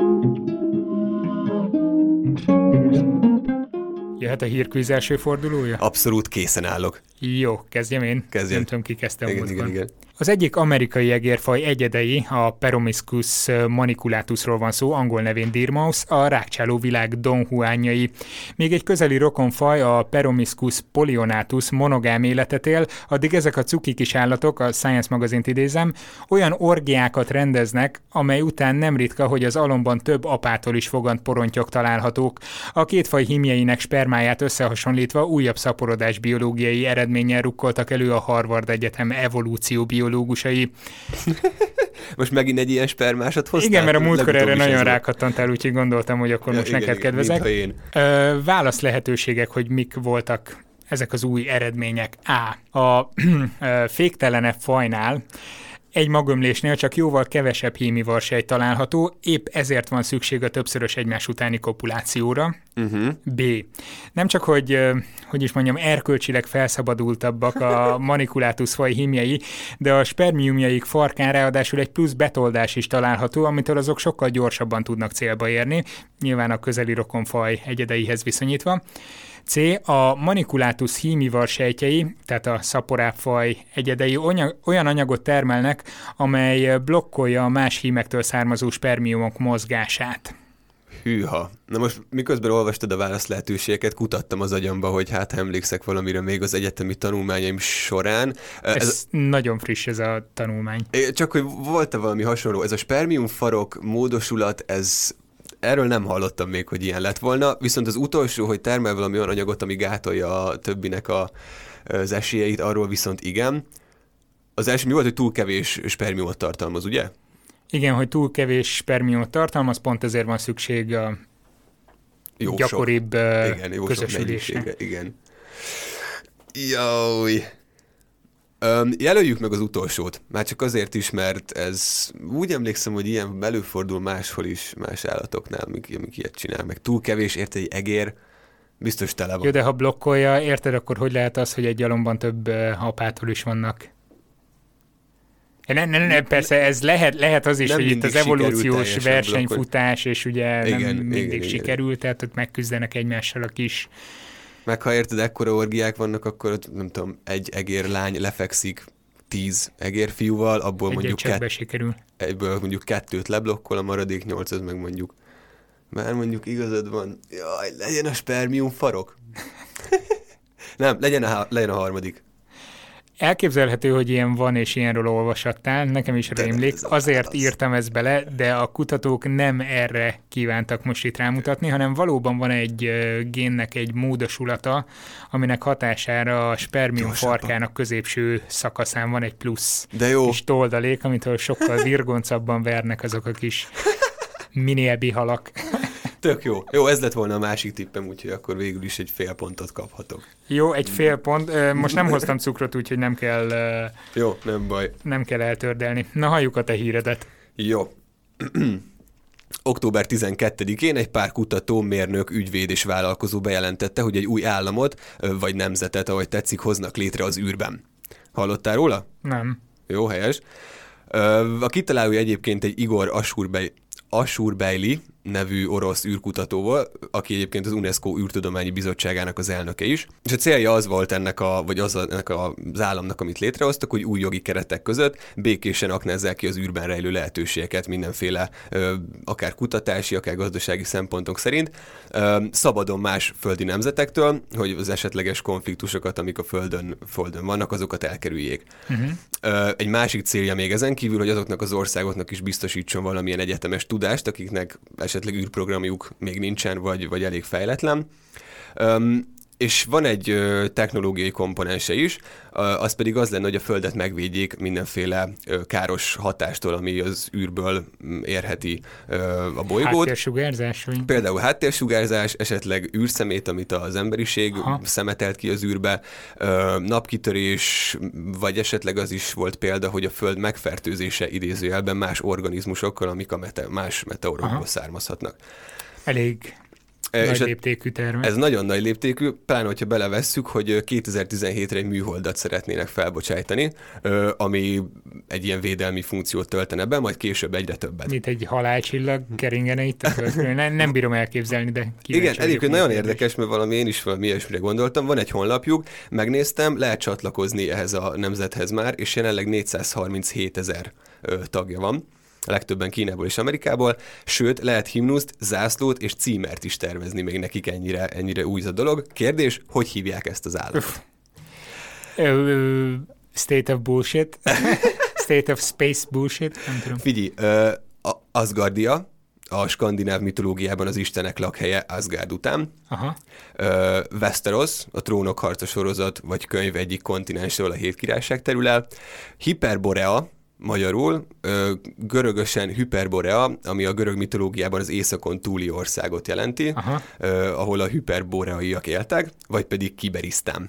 Jöhet a hírkvíz első fordulója? Abszolút készen állok. Jó, kezdjem én. Kezdjem. Nem tudom, ki kezdte a igen, igen, igen. Az egyik amerikai egérfaj egyedei, a Peromyscus maniculatusról van szó, angol nevén Deer mouse, a rákcsáló világ Don Juanjai. Még egy közeli rokonfaj, a Peromyscus pollionatus monogám életet él, addig ezek a cuki kis állatok, a Science magazint idézem, olyan orgiákat rendeznek, amely után nem ritka, hogy az alomban több apától is fogant porontyok találhatók. A két faj hímjeinek spermáját összehasonlítva újabb szaporodás biológiai eredménnyel rukkoltak elő a Harvard Egyetem evolúcióbiológiai. Most megint egy ilyen spermásat hoztál? Igen, mert a múltkor erre nagyon rákattantál, úgyhogy gondoltam, hogy akkor ja, most igen, neked igen, kedvezek. Én. Ö, válasz lehetőségek, hogy mik voltak ezek az új eredmények. A. A féktelenebb fajnál egy magömlésnél csak jóval kevesebb hímivarsejt található, épp ezért van szükség a többszörös egymás utáni kopulációra. Uh-huh. B. Nem csak, hogy, hogy is mondjam, erkölcsileg felszabadultabbak a maniculatus faj hímjei, de a spermiumjaik farkán ráadásul egy plusz betoldás is található, amitől azok sokkal gyorsabban tudnak célba érni, nyilván a közeli rokonfaj egyedeihez viszonyítva. C. A maniculatus hímivar sejtjei, tehát a szaporábbfaj egyedei olyan anyagot termelnek, amely blokkolja a más hímektől származó spermiumok mozgását. Hűha. Na most miközben olvastad a válasz lehetőségeket, kutattam az agyamba, hogy hát emlékszek valamire még az egyetemi tanulmányaim során. Ez, ez nagyon friss ez a tanulmány. Csak hogy volt-e valami hasonló? Ez a spermiumfarok módosulat, ez... Erről nem hallottam még, hogy ilyen lett volna, viszont az utolsó, hogy termel valami olyan anyagot, ami gátolja a többinek a, az esélyeit, arról viszont igen. Az első mi volt, hogy túl kevés spermiumot tartalmaz, ugye? Igen, hogy túl kevés spermiumot tartalmaz, pont ezért van szükség a jó gyakoribb sok, igen, jó közösülésre. Igen. Jaj... Um, jelöljük meg az utolsót, már csak azért is, mert ez úgy emlékszem, hogy ilyen előfordul máshol is, más állatoknál, amik, amik ilyet csinál, meg túl kevés, érted, egy egér, biztos tele van. Jó, de ha blokkolja, érted, akkor hogy lehet az, hogy egy alomban több uh, apától is vannak? Nem, nem, nem, persze ez lehet, lehet az is, nem hogy itt az evolúciós versenyfutás, és ugye igen, nem mindig igen, sikerült, tehát ott megküzdenek egymással a kis... Meg ha érted, ekkora orgiák vannak, akkor ott, nem tudom, egy egérlány lefekszik tíz egérfiúval, abból egy mondjuk, kett, sikerül. egyből mondjuk kettőt leblokkol, a maradék nyolcad meg mondjuk. Már mondjuk igazad van, jaj, legyen a spermium farok. Nem, legyen a, legyen a harmadik. Elképzelhető, hogy ilyen van, és ilyenről olvasattál, nekem is rémlik. Azért írtam ezt bele, de a kutatók nem erre kívántak most itt rámutatni, hanem valóban van egy génnek egy módosulata, aminek hatására a spermium farkának középső szakaszán van egy plusz de jó. kis toldalék, amitől sokkal virgoncabban vernek azok a kis mini halak. Tök jó. Jó, ez lett volna a másik tippem, úgyhogy akkor végül is egy fél pontot kaphatok. Jó, egy fél pont. Most nem hoztam cukrot, úgyhogy nem kell... Jó, nem baj. Nem kell eltördelni. Na, halljuk a te híredet. Jó. október tizenkettedikén egy pár kutató, mérnök, ügyvéd és vállalkozó bejelentette, hogy egy új államot, vagy nemzetet, ahogy tetszik, hoznak létre az űrben. Hallottál róla? Nem. Jó, helyes. A kitalálója egyébként egy Igor Ashurbe- Ashurbeili nevű orosz űrkutatóval, aki egyébként az UNESCO űrtudományi bizottságának az elnöke is. És a célja az volt ennek, a, vagy az, ennek az államnak, amit létrehoztak, hogy új jogi keretek között békésen aknázzák ki az űrben rejlő lehetőségeket mindenféle ö, akár kutatási, akár gazdasági szempontok szerint, ö, szabadon más földi nemzetektől, hogy az esetleges konfliktusokat, amik a földön, földön vannak, azokat elkerüljék. Uh-huh. Ö, egy másik célja még ezen kívül, hogy azoknak az országoknak is biztosítson valamilyen egyetemes tudást, akiknek esetleg űrprogramjuk még nincsen, vagy, vagy elég fejletlen. Um, és van egy ö, technológiai komponense is, ö, az pedig az lenne, hogy a Földet megvédjék mindenféle ö, káros hatástól, ami az űrből érheti ö, a bolygót. Háttérsugárzás? Vagy? Például háttérsugárzás, esetleg űrszemét, amit az emberiség Aha. szemetelt ki az űrbe, ö, napkitörés, vagy esetleg az is volt példa, hogy a Föld megfertőzése idézőjelben más organizmusokkal, amik a mete- más meteorokból Aha. származhatnak. Elég... És nagy léptékű terve. Ez nagyon nagy léptékű, pláne, hogyha belevesszük, hogy kétezer-tizenhétre egy műholdat szeretnének felbocsájtani, ami egy ilyen védelmi funkciót töltene be, majd később egyre többet. Mint egy halálcsillag keringene itt a földkörül. Nem, nem bírom elképzelni, de igen, egyébként nagyon érdekes, mert valami én is valami ilyesmire gondoltam. Van egy honlapjuk, megnéztem, lehet csatlakozni ehhez a nemzethez már, és jelenleg négyszázharminchétezer tagja van. A legtöbben Kínából és Amerikából, sőt, lehet himnuszt, zászlót és címert is tervezni még nekik, ennyire, ennyire új a dolog. Kérdés, hogy hívják ezt az államot? Uh, state of bullshit? State of space bullshit? Nem tudom. Figyelj, uh, Asgardia, a skandináv mitológiában az istenek lakhelye Asgard után. Aha. Uh, Westeros, a Trónok harca sorozat vagy könyv egyik kontinensről a Hét Királyság terül. Hyperborea, magyarul, ö, görögösen Hyperborea, ami a görög mitológiában az északon túli országot jelenti, ö, ahol a hyperboreaiak éltek, vagy pedig Kiberisztán.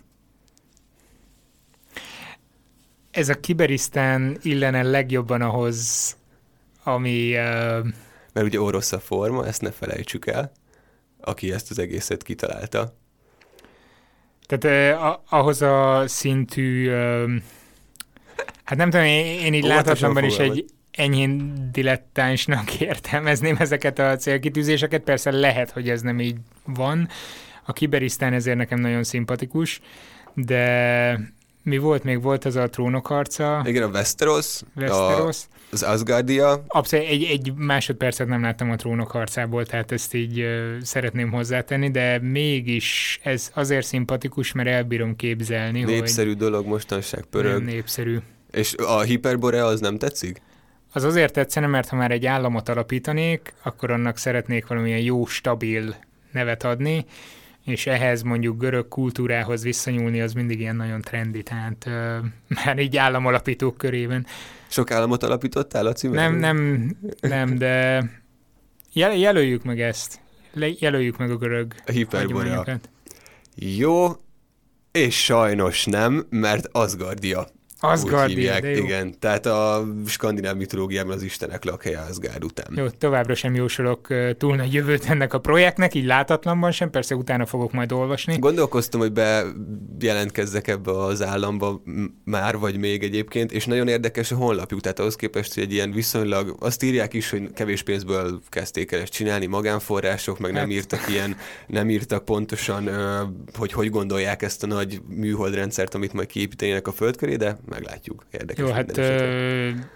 Ez a Kiberisztán illene legjobban ahhoz, ami... Uh... Mert ugye orosz a forma, ezt ne felejtsük el, aki ezt az egészet kitalálta. Tehát uh, ahhoz a szintű... Uh... Hát nem tudom, én, én így láthatatlanban is egy enyhén dilettánsnak értelmezném ezeket a célkitűzéseket. Persze lehet, hogy ez nem így van. A Kiberisztán ezért nekem nagyon szimpatikus, de mi volt még? Volt az a Trónok harca? Igen, a Westeros, Westeros. A, az Asgardia. Abszolút egy, egy másodpercet nem láttam a Trónok harcából, tehát ezt így uh, szeretném hozzátenni, de mégis ez azért szimpatikus, mert elbírom képzelni, népszerű hogy... Népszerű dolog mostanság pörög. Népszerű. És a Hyperborea az nem tetszik? Az azért tetszene, mert ha már egy államot alapítanék, akkor annak szeretnék valamilyen jó, stabil nevet adni, és ehhez mondjuk görög kultúrához visszanyúlni, az mindig ilyen nagyon trendi, tehát uh, már így államalapítók körében. Sok államot alapítottál a címben? Nem, nem, nem, de jel- jelöljük meg ezt. Le- jelöljük meg a görög a Hyperborea. Jó, és sajnos nem, mert Asgardia. Asgardia, de jó. Igen, tehát a skandináv mitológiában az istenek lakhelye Asgard után. Jó, továbbra sem jósolok túl nagy jövőt ennek a projektnek, így látatlanban sem, persze utána fogok majd olvasni. Gondolkoztam, hogy bejelentkezzek ebbe az államba már, vagy még egyébként, és nagyon érdekes a honlapjuk, tehát ahhoz képest, hogy egy ilyen viszonylag, azt írják is, hogy kevés pénzből kezdték el ezt csinálni, magánforrások, meg nem írtak ilyen, nem írtak pontosan, hogy hogy gondolják ezt a nagy műholdrendszert, amit majd kiépítenének a föld köré, de meglátjuk. Érdekes. Jó, hát ö,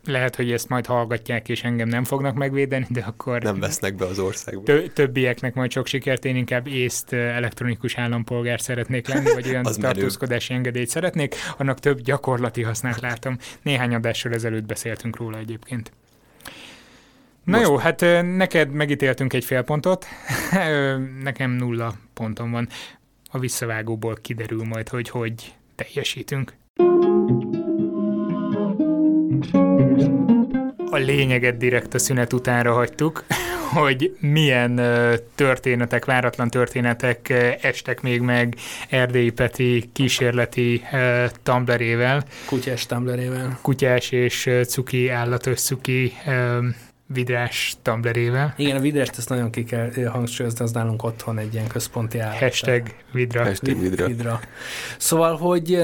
lehet, hogy ezt majd hallgatják, és engem nem fognak megvédeni, de akkor... Nem vesznek be az országba. Tö- többieknek majd sok sikert, én inkább észt elektronikus állampolgár szeretnék lenni, vagy olyan tartózkodási engedélyt szeretnék, annak több gyakorlati hasznát látom. Néhány adással ezelőtt beszéltünk róla egyébként. Na Most... jó, hát neked megítéltünk egy fél pontot, nekem nulla pontom van. A visszavágóból kiderül majd, hogy hogy teljesítünk. A lényeget direkt a szünet utánra hagytuk, hogy milyen történetek, váratlan történetek estek még meg Erdélyi Peti kísérleti tumblerével. Kutyás tumblerével. Kutyás és cuki, állatos cuki vidrás tumblerével. Igen, a vidrást ezt nagyon ki kell hangsúlyozni, az nálunk otthon egy ilyen központi állat. Hashtag vidra. Hashtag vidra. vidra. Szóval, hogy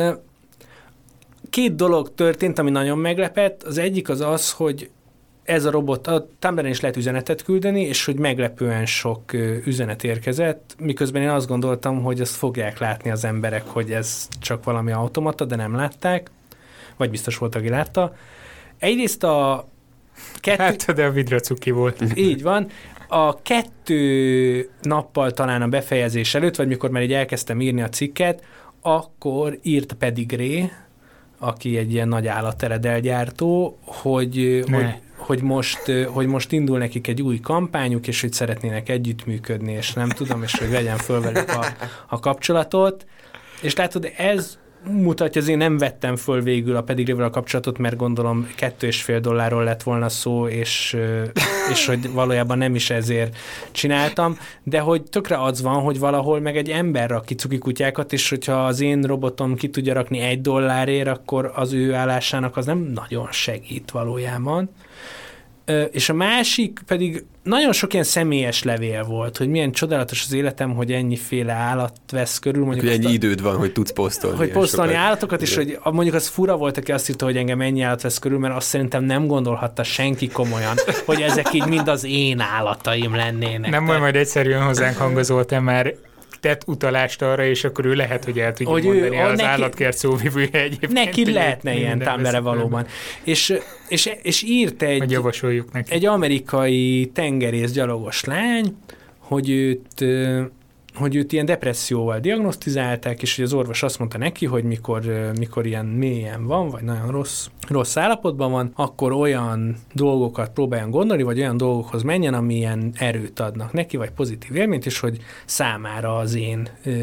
két dolog történt, ami nagyon meglepett. Az egyik az az, hogy ez a robot, a Tumbleren is lehet üzenetet küldeni, és hogy meglepően sok üzenet érkezett, miközben én azt gondoltam, hogy ezt fogják látni az emberek, hogy ez csak valami automata, de nem látták, vagy biztos volt, aki látta. Egyrészt a kettő... Hát, de a vidra cuki volt. Így van. A kettő nappal talán a befejezés előtt, vagy mikor már így elkezdtem írni a cikket, akkor írt Pedigree, aki egy ilyen nagy állateredelgyártó, hogy, hogy, hogy, most, hogy most indul nekik egy új kampányuk, és hogy szeretnének együttműködni, és nem tudom, és hogy vegyen föl velük a, a kapcsolatot. És látod, ez mutatja, azért nem vettem föl végül a Pedigrével a kapcsolatot, mert gondolom kettő és fél dollárról lett volna szó, és, és hogy valójában nem is ezért csináltam, de hogy tökre az van, hogy valahol meg egy ember rak ki cuki kutyákat, és hogyha az én robotom ki tudja rakni egy dollárért, akkor az ő állásának az nem nagyon segít valójában. És a másik pedig nagyon sok ilyen személyes levél volt, hogy milyen csodálatos az életem, hogy ennyiféle állat vesz körül. Mondjuk hogy ennyi a, időd van, hogy tudsz posztolni. Hogy posztolni sokat. Állatokat, és hogy mondjuk az fura volt, aki azt írta, hogy engem ennyi állat vesz körül, mert azt szerintem nem gondolhatta senki komolyan, hogy ezek így mind az én állataim lennének. Nem majd, majd egyszerűen hozzánk hangozoltam már tett utalást arra, és akkor ő lehet, hogy el tudja hogy mondani ő, az neki, állatkert szóvivője egyébként. Neki lehetne ilyen Tumblr-re valóban. És, és, és írt egy, javasoljuk neki. egy amerikai tengerész gyalogos lány, hogy őt, hogy őt ilyen depresszióval diagnosztizálták, és hogy az orvos azt mondta neki, hogy mikor, mikor ilyen mélyen van, vagy nagyon rossz, rossz állapotban van, akkor olyan dolgokat próbáljon gondolni, vagy olyan dolgokhoz menjen, ami ilyen erőt adnak neki, vagy pozitív élményt, és hogy számára az én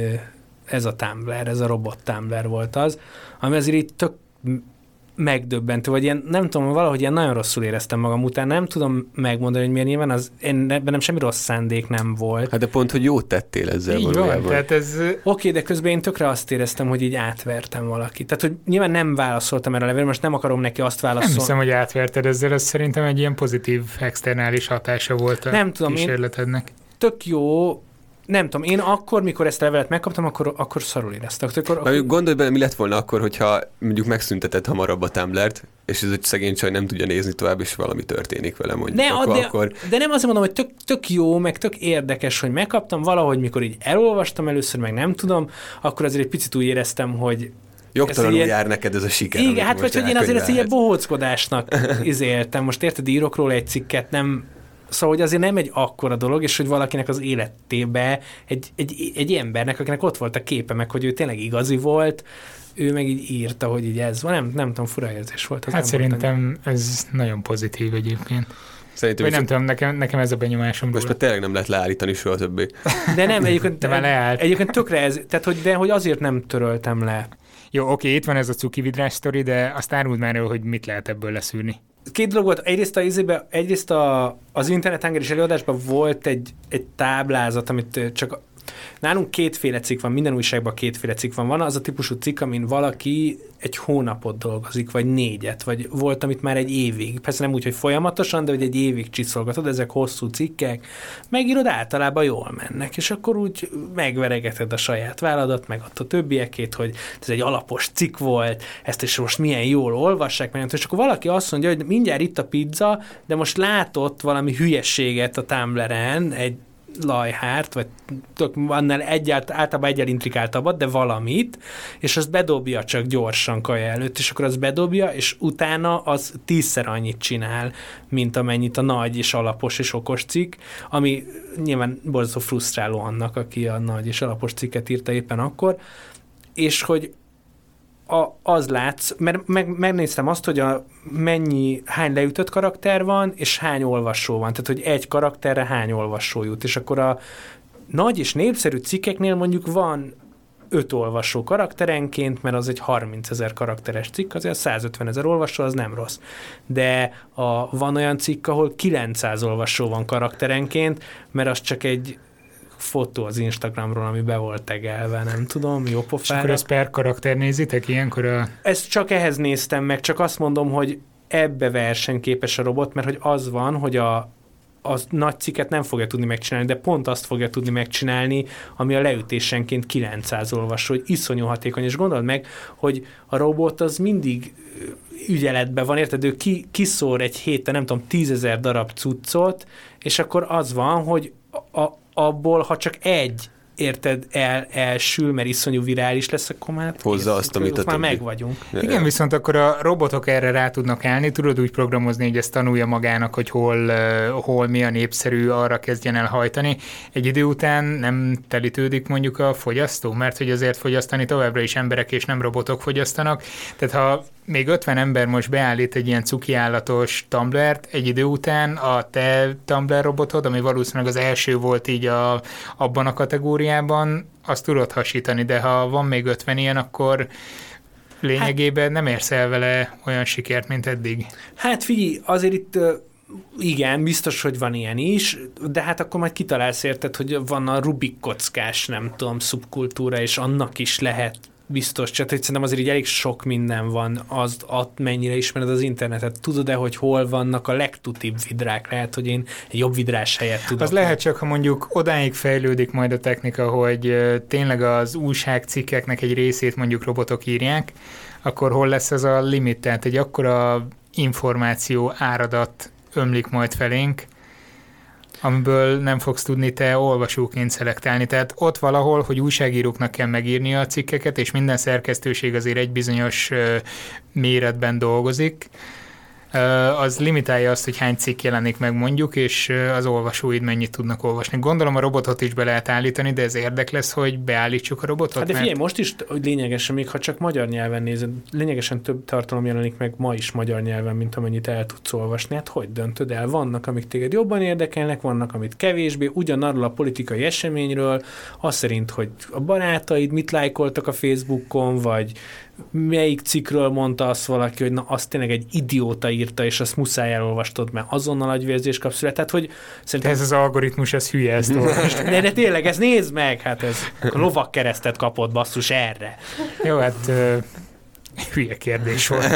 ez a Tumblr, ez a robot Tumblr volt az, ami azért itt tök megdöbbentő, vagy ilyen, nem tudom, valahogy ilyen nagyon rosszul éreztem magam után, nem tudom megmondani, hogy miért nyilván, az, én, bennem semmi rossz szándék nem volt. Hát de pont, hogy jót tettél ezzel így valójában. Van, tehát ez... Oké, de közben én tökre azt éreztem, hogy így átvertem valakit. Tehát, hogy nyilván nem válaszoltam erre a levélre, most nem akarom neki azt válaszolni. Nem hiszem, hogy átverted ezzel, ez szerintem egy ilyen pozitív externális hatása volt a nem tudom, kísérletednek. Tök jó, nem tudom, én akkor, mikor ezt a levelet megkaptam, akkor, akkor szarul éreztem. Akkor, akkor... Gondolj bele, mi lett volna akkor, hogyha mondjuk megszünteted hamarabb a Tumblrt, és ez egy szegény csaj nem tudja nézni tovább, és valami történik vele mondjuk. Ne, akkor, de, akkor... de nem azt mondom, hogy tök, tök jó, meg tök érdekes, hogy megkaptam valahogy, mikor így elolvastam először, meg nem tudom, akkor azért egy picit úgy éreztem, hogy jogtalanul ilyen... jár neked ez a siker. Igen, hát vagy hogy én azért ezt ilyen bohóckodásnak izéltem. Most érted, írok róla egy cikket, nem... Szóval, hogy azért nem egy akkora dolog, és hogy valakinek az életébe, egy, egy, egy embernek, akinek ott volt a képe, meg hogy ő tényleg igazi volt, ő meg így írta, hogy így ez van. Nem, nem tudom, fura érzés volt. Az hát szerintem volt, ez nagyon pozitív egyébként. Szerintem vagy nem tudom, nekem, nekem ez a benyomásom. Most már tényleg nem lehet leállítani soha többé. De nem, egyébként, de már leállt. Egyébként tökre ez, tehát hogy, de hogy azért nem töröltem le. Jó, oké, itt van ez a cuki vidrás sztori, de azt áruld már el, hogy mit lehet ebből leszűrni. Két dolog volt, egyrészt, a, egyrészt a, az internethengeres előadásban volt egy, egy táblázat, amit csak nálunk kétféle cikk van, minden újságban kétféle cikk van. Van az a típusú cikk, amin valaki egy hónapot dolgozik, vagy négyet, vagy volt, amit már egy évig. Persze nem úgy, hogy folyamatosan, de hogy egy évig csiszolgatod, ezek hosszú cikkek, megírod, általában jól mennek, és akkor úgy megveregeted a saját válladat, meg ott a többiekét, hogy ez egy alapos cikk volt, ezt is most milyen jól olvassák, meg, és akkor valaki azt mondja, hogy mindjárt itt a pizza, de most látott valami hülyességet a Tumblr-en, egy lajhárt, vagy annál egyált, általában egyel intrikáltabbat, de valamit, és azt bedobja csak gyorsan kaja előtt, és akkor az bedobja, és utána az tízszer annyit csinál, mint amennyit a nagy és alapos és okos cikk, ami nyilván borzasztó frusztráló annak, aki a nagy és alapos cikket írta éppen akkor, és hogy a, az látsz, mert meg, megnéztem azt, hogy a mennyi, hány leütött karakter van, és hány olvasó van, tehát hogy egy karakterre hány olvasó jut, és akkor a nagy és népszerű cikkeknél mondjuk van öt olvasó karakterenként, mert az egy harmincezer karakteres cikk, azért százötvenezer olvasó, az nem rossz. De a, van olyan cikk, ahol kilencszáz olvasó van karakterenként, mert az csak egy fotó az Instagramról, ami be volt tegelve, nem tudom, jó pofára. És akkor ezt per karakter nézitek ilyenkor a... Ezt csak ehhez néztem meg, csak azt mondom, hogy ebbe versenyképes a robot, mert hogy az van, hogy a a nagy cikket nem fogja tudni megcsinálni, de pont azt fogja tudni megcsinálni, ami a leütésenként kilencszáz olvasó, hogy iszonyú hatékony, és gondold meg, hogy a robot az mindig ügyeletben van, érted? Ő ki, kiszór egy héten, nem tudom, tízezer darab cuccot, és akkor az van, hogy a, a, abból, ha csak egy érted, el, elsül, mert iszonyú virális lesz, akkor már hozza azt, amit a már meg vagyunk. Ja, igen, viszont akkor a robotok erre rá tudnak állni, tudod úgy programozni, hogy ezt tanulja magának, hogy hol, hol mi a népszerű, arra kezdjen el hajtani. Egy idő után nem telítődik mondjuk a fogyasztó, mert hogy azért fogyasztani továbbra is emberek és nem robotok fogyasztanak. Tehát ha még ötven ember most beállít egy ilyen cukiállatos tumblert, egy idő után a te Tumblr robotod, ami valószínűleg az első volt így a, abban a kategóriában, azt tudod hasítani, de ha van még ötven ilyen, akkor lényegében nem érsz el vele olyan sikert, mint eddig. Hát figyelj, azért itt igen, biztos, hogy van ilyen is, de hát akkor majd kitalálsz érted, hogy van a Rubik kockás, nem tudom, szubkultúra, és annak is lehet biztos, csak szerintem azért így elég sok minden van, az, az mennyire ismered az internetet. Tudod-e, hogy hol vannak a legtutibb vidrák? Lehet, hogy én egy jobb vidrás helyet tudok. Az lehet csak, ha mondjuk odáig fejlődik majd a technika, hogy tényleg az újságcikkeknek egy részét mondjuk robotok írják, akkor hol lesz ez a limit? Tehát egy akkora információ áradat ömlik majd felénk, amiből nem fogsz tudni te olvasóként szelektálni. Tehát ott valahol, hogy újságíróknak kell megírni a cikkeket, és minden szerkesztőség azért egy bizonyos méretben dolgozik, az limitálja azt, hogy hány cikk jelenik meg mondjuk, és az olvasóid mennyit tudnak olvasni. Gondolom a robotot is be lehet állítani, de ez érdek lesz, hogy beállítsuk a robotot. Hát de figyelj, mert... most is hogy lényegesen, még ha csak magyar nyelven nézed, lényegesen több tartalom jelenik meg ma is magyar nyelven, mint amennyit el tudsz olvasni. Hát hogy döntöd el? Vannak, amik téged jobban érdekelnek, vannak, amit kevésbé, ugyanarról a politikai eseményről, az szerint, hogy a barátaid mit lájkoltak a Facebookon, vagy melyik cikkről mondta azt valaki, hogy na, azt tényleg egy idióta írta, és azt muszáj elolvastod, mert azonnal agyvérzés kapsz szület. Tehát, hogy szerintem... Ez az algoritmus, ez hülye, ezt olvast. de, de tényleg, ez nézd meg, hát ez a lovak keresztet kapott, basszus, erre. Jó, hát uh, hülye kérdés volt.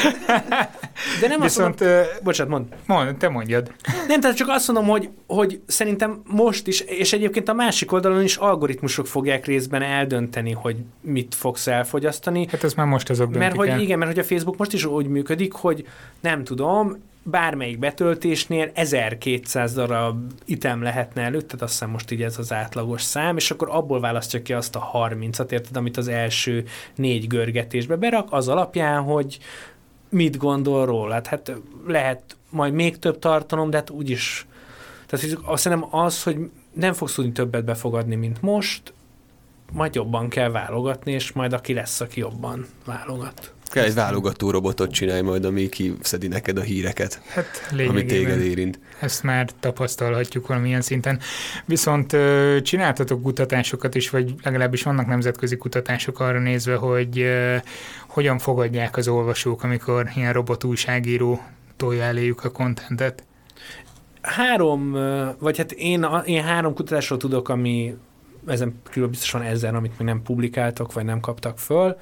De nem Viszont, azt mondom, uh, bocsánat, mondd. Mond, te mondjad. Nem, tehát csak azt mondom, hogy, hogy szerintem most is, és egyébként a másik oldalon is algoritmusok fogják részben eldönteni, hogy mit fogsz elfogyasztani. Hát ez már most azok döntik Mert hogy el. igen, mert hogy a Facebook most is úgy működik, hogy nem tudom, bármelyik betöltésnél ezerkétszáz darab item lehetne előtt, tehát azt hiszem most így ez az átlagos szám, és akkor abból választja ki azt a harmincat, érted, amit az első négy görgetésbe berak, az alapján, hogy mit gondol róla. Hát lehet majd még több tartalom, de hát úgyis. Tehát azt hiszem az, hogy nem fogsz tudni többet befogadni, mint most, majd jobban kell válogatni, és majd aki lesz, aki jobban válogat. Kell egy válogató robotot csinálj majd, ami kiszedi neked a híreket, hát ami téged érint. Ezt már tapasztalhatjuk valamilyen szinten. Viszont csináltatok kutatásokat is, vagy legalábbis vannak nemzetközi kutatások arra nézve, hogy hogyan fogadják az olvasók, amikor ilyen robot újságíró tolja eléjük a kontentet. Három, vagy hát én, én három kutatásról tudok, ami ezen kívül biztosan ezer, amit még nem publikáltak, vagy nem kaptak föl.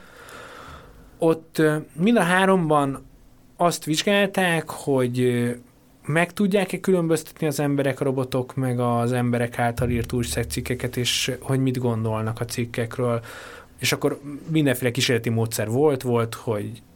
Ott mind a háromban azt vizsgálták, hogy meg tudják-e különböztetni az emberek, a robotok, meg az emberek által írt újságcikkeket, és hogy mit gondolnak a cikkekről. És akkor mindenféle kísérleti módszer volt, volt, hogy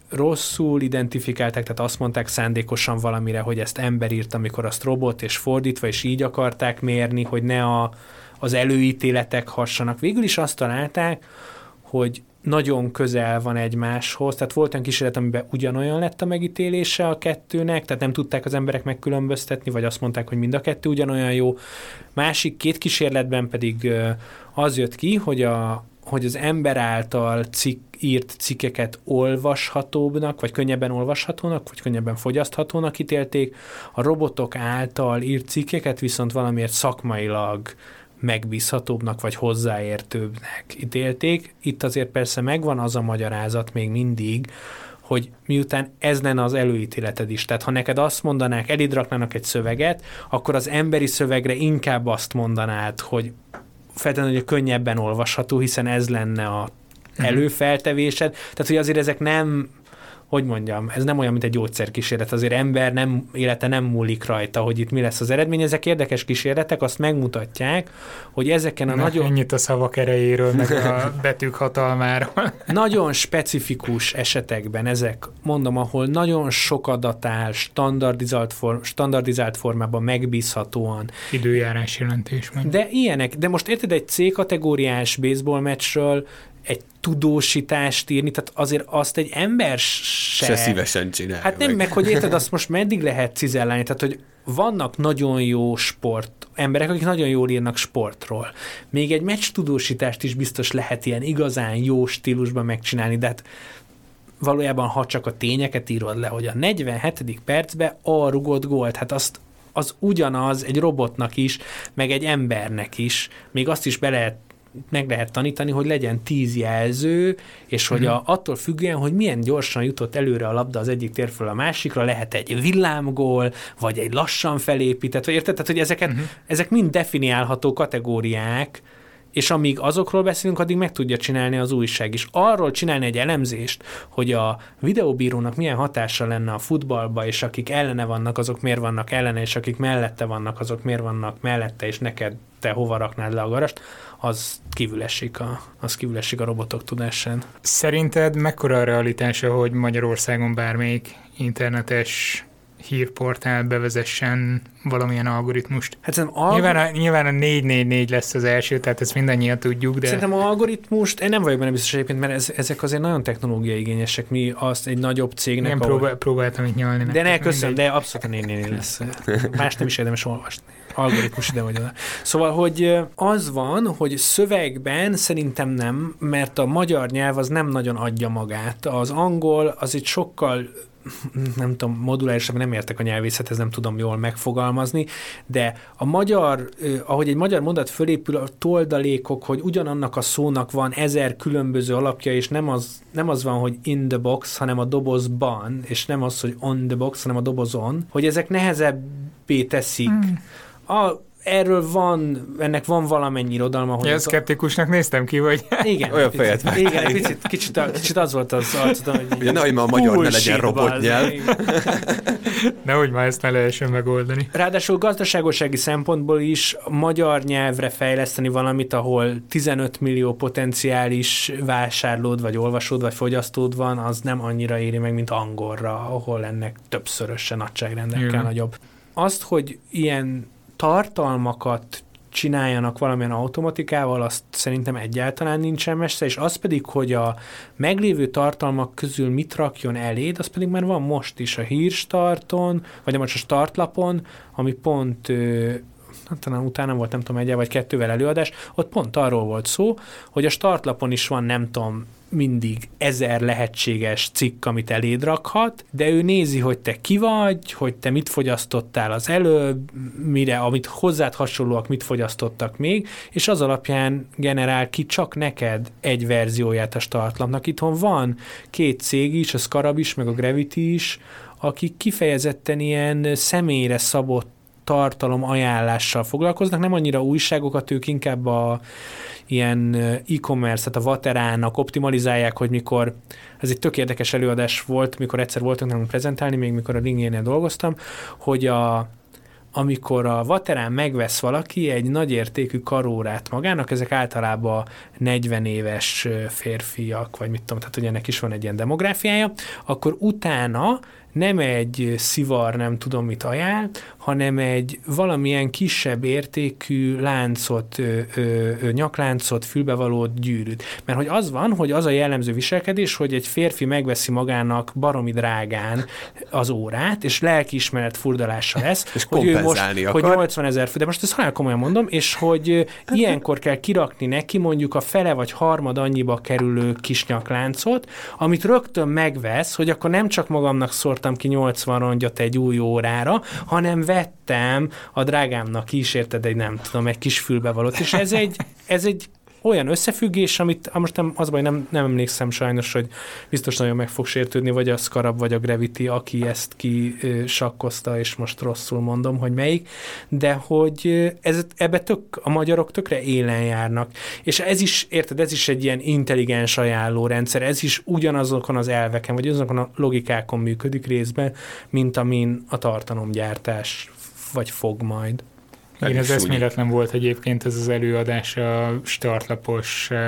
rosszul identifikálták, tehát azt mondták szándékosan valamire, hogy ezt ember írt, amikor azt robot, és fordítva, és így akarták mérni, hogy ne a, az előítéletek hassanak. Végül is azt találták, hogy nagyon közel van egymáshoz, tehát volt olyan kísérlet, amiben ugyanolyan lett a megítélése a kettőnek, tehát nem tudták az emberek megkülönböztetni, vagy azt mondták, hogy mind a kettő ugyanolyan jó. Másik két kísérletben pedig az jött ki, hogy, a, hogy az ember által cikk, írt cikkeket olvashatóbbnak, vagy könnyebben olvashatónak, vagy könnyebben fogyaszthatónak ítélték, a robotok által írt cikkeket viszont valamiért szakmailag megbízhatóbbnak, vagy hozzáértőbbnek ítélték. Itt azért persze megvan az a magyarázat még mindig, hogy miután ez lenne az előítéleted is. Tehát ha neked azt mondanák, eléd raknának egy szöveget, akkor az emberi szövegre inkább azt mondanád, hogy feltétlenül, hogy könnyebben olvasható, hiszen ez lenne a előfeltevésed. Tehát, hogy azért ezek nem, hogy mondjam, ez nem olyan, mint egy gyógyszerkísérlet, azért ember nem, élete nem múlik rajta, hogy itt mi lesz az eredmény. Ezek érdekes kísérletek, azt megmutatják, hogy ezeken a Na, nagyon... Ennyit a szavak erejéről, meg a betűk hatalmáról. Nagyon specifikus esetekben ezek, mondom, ahol nagyon sok adat áll, standardizált, form, standardizált formában, megbízhatóan. Időjárás jelentés. Meg. De ilyenek, de most érted, egy C-kategóriás baseball meccsről egy tudósítást írni, tehát azért azt egy ember se... Se szívesen csinálja. Hát nem, meg, meg hogy érted, azt most meddig lehet cizellálni, tehát hogy vannak nagyon jó sport, emberek, akik nagyon jól írnak sportról. Még egy meccs tudósítást is biztos lehet ilyen igazán jó stílusban megcsinálni, de hát valójában, ha csak a tényeket írod le, hogy a negyvenhetedik percben a rugott gólt, hát azt az ugyanaz egy robotnak is, meg egy embernek is, még azt is be lehet meg lehet tanítani, hogy legyen tíz jelző, és hogy a, attól függően, hogy milyen gyorsan jutott előre a labda az egyik térfől a másikra, lehet egy villámgól, vagy egy lassan felépített, vagy érted? Tehát, hogy ezeket, uh-huh. ezek mind definiálható kategóriák, és amíg azokról beszélünk, addig meg tudja csinálni az újság is. Arról csinálni egy elemzést, hogy a videóbírónak milyen hatása lenne a futballba, és akik ellene vannak, azok miért vannak ellene, és akik mellette vannak, azok miért vannak mellette, és neked te hova raknád le a garast, az kívül esik a, az kívül esik a robotok tudásán. Szerinted mekkora a realitása, hogy Magyarországon bármelyik internetes hírportál bevezessen valamilyen algoritmust? Hát algor... nyilván, a, nyilván a négy négy négy lesz az első, tehát ezt mindannyian tudjuk, de... Szerintem a algoritmust, én nem vagyok benne biztos egyébként, mert ez, ezek azért nagyon technológiai igényesek, mi azt egy nagyobb cégnek... Nem ahol... próbál, próbáltam itt nyalni. De ne, köszönöm, de abszolút a négy négy négy lesz. Más nem is érdemes olvasni. Algoritmus ide vagy oda. Szóval, hogy az van, hogy szövegben szerintem nem, mert a magyar nyelv az nem nagyon adja magát. Az angol az egy sokkal nem tudom, modulárisabban nem értek a nyelvészethez, nem tudom jól megfogalmazni, de a magyar, ahogy egy magyar mondat fölépül, a toldalékok, hogy ugyanannak a szónak van ezer különböző alapja, és nem az, nem az van, hogy in the box, hanem a dobozban, és nem az, hogy on the box, hanem a dobozon, hogy ezek nehezebbé teszik. Mm. A, erről van, ennek van valamennyi irodalma. Hogy ja, szkeptikusnak néztem ki, vagy... Igen. Olyan fejet vágtál. Igen, picit, kicsit, kicsit az volt az arcodon, hogy... Ugye nehogy már a magyar ne legyen robotnyelv. Nehogy már ezt ne lehessen megoldani. Ráadásul gazdaságosági szempontból is magyar nyelvre fejleszteni valamit, ahol tizenöt millió potenciális vásárlód, vagy olvasód, vagy fogyasztód van, az nem annyira éri meg, mint angolra, ahol ennek többszörösen nagyságrendekkel nagyobb. Azt, hogy ilyen tartalmakat csináljanak valamilyen automatikával, azt szerintem egyáltalán nincsen messze, és az pedig, hogy a meglévő tartalmak közül mit rakjon eléd, az pedig már van most is a Hírstarton, vagy most a Startlapon, ami pont hát talán utána volt, nem tudom, egy vagy kettővel előadás, ott pont arról volt szó, hogy a Startlapon is van, nem tudom, mindig ezer lehetséges cikk, amit eléd rakhat, de ő nézi, hogy te ki vagy, hogy te mit fogyasztottál az előbb, mire, amit hozzád hasonlóak mit fogyasztottak még, és az alapján generál ki csak neked egy verzióját a Startlapnak. Itthon van két cég is, a Scarab is, meg a Gravity is, akik kifejezetten ilyen személyre szabott tartalom ajánlással foglalkoznak, nem annyira újságokat, ők inkább a ilyen e-commerce, tehát a Vaterának optimalizálják, hogy mikor, ez egy tök érdekes előadás volt, mikor egyszer voltunk nálunk prezentálni, még mikor a LinkedIn-nél dolgoztam, hogy a, amikor a vaterán megvesz valaki egy nagyértékű karórát magának, ezek általában negyven éves férfiak, vagy mit tudom, tehát hogy ennek is van egy ilyen demográfiája, akkor utána nem egy szivar, nem tudom mit ajánl, hanem egy valamilyen kisebb értékű láncot, ö, ö, ö, nyakláncot, fülbevalót, gyűrűt. Mert hogy az van, hogy az a jellemző viselkedés, hogy egy férfi megveszi magának baromi drágán az órát, és lelkiismeret furdalása lesz, és hogy ő most, akar. hogy nyolcvanezer fő, de most ezt halál komolyan mondom, és hogy ilyenkor kell kirakni neki mondjuk a fele vagy harmad annyiba kerülő kis nyakláncot, amit rögtön megvesz, hogy akkor nem csak magamnak szórtam ki nyolcvan rongyot egy új órára, hanem vettem a drágámnak is, érted, egy nem tudom, egy kis fülbevalót. És ez egy, ez egy olyan összefüggés, amit most nem, az baj, nem, nem emlékszem sajnos, hogy biztos nagyon meg fog sértődni, vagy a Scarab, vagy a Gravity, aki ezt ki sakkozta, és most rosszul mondom, hogy melyik, de hogy ez, ebbe tök, a magyarok tökre élen járnak. És ez is, érted, ez is egy ilyen intelligens ajánlórendszer, ez is ugyanazokon az elveken, vagy azokon a logikákon működik részben, mint amin a tartalomgyártás vagy fog majd. Igen, ez eszméletlen volt egyébként ez az előadás, a startlapos uh,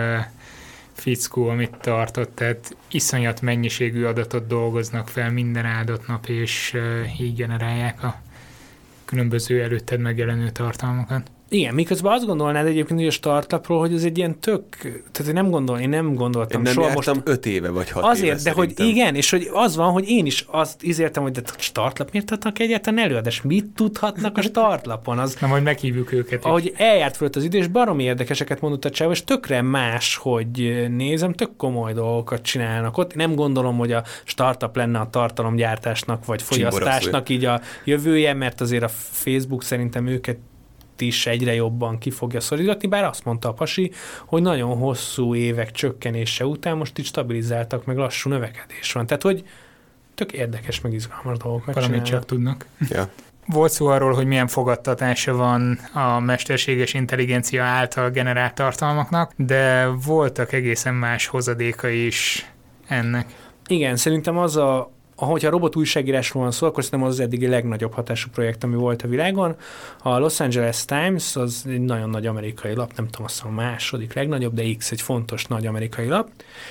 fickó, amit tartott, tehát iszonyat mennyiségű adatot dolgoznak fel minden áldott nap, és uh, így generálják a különböző előtted megjelenő tartalmakat. Igen, miközben azt gondolnád egyébként, hogy a startlapról, hogy ez egy ilyen tök, tehát én nem gondol, én nem gondoltam én nem soha jártam most. öt éve vagy hat azért, éve de szerintem. hogy igen, és hogy az van, hogy én is azt ízértem, hogy de startlap miért adnak egyáltalán előadás? Mit tudhatnak a startlapon? Az, na majd meghívjuk őket. ahogy eljárt fölött az idő, és baromi érdekeseket mondott a csáv, és tökre más, hogy nézem, tök komoly dolgokat csinálnak ott. Nem gondolom, hogy a startup lenne a tartalomgyártásnak, vagy fogyasztásnak így a jövője, mert azért a Facebook szerintem őket is egyre jobban ki fogja szorítani, bár azt mondta a pasi, hogy nagyon hosszú évek csökkenése után most így stabilizáltak, meg lassú növekedés van. Tehát, hogy tök érdekes, meg izgalmas dolgokat valamit csinálnak. csak tudnak. Ja. Volt szó arról, hogy milyen fogadtatása van a mesterséges intelligencia által generált tartalmaknak, de voltak egészen más hozadékai is ennek. Igen, szerintem az a ahogyha a robot újságírásról van szó, akkor szerintem az az eddigi legnagyobb hatású projekt, ami volt a világon. A Los Angeles Times az egy nagyon nagy amerikai lap, nem tudom, azt hiszem a második legnagyobb, de X egy fontos nagy amerikai lap.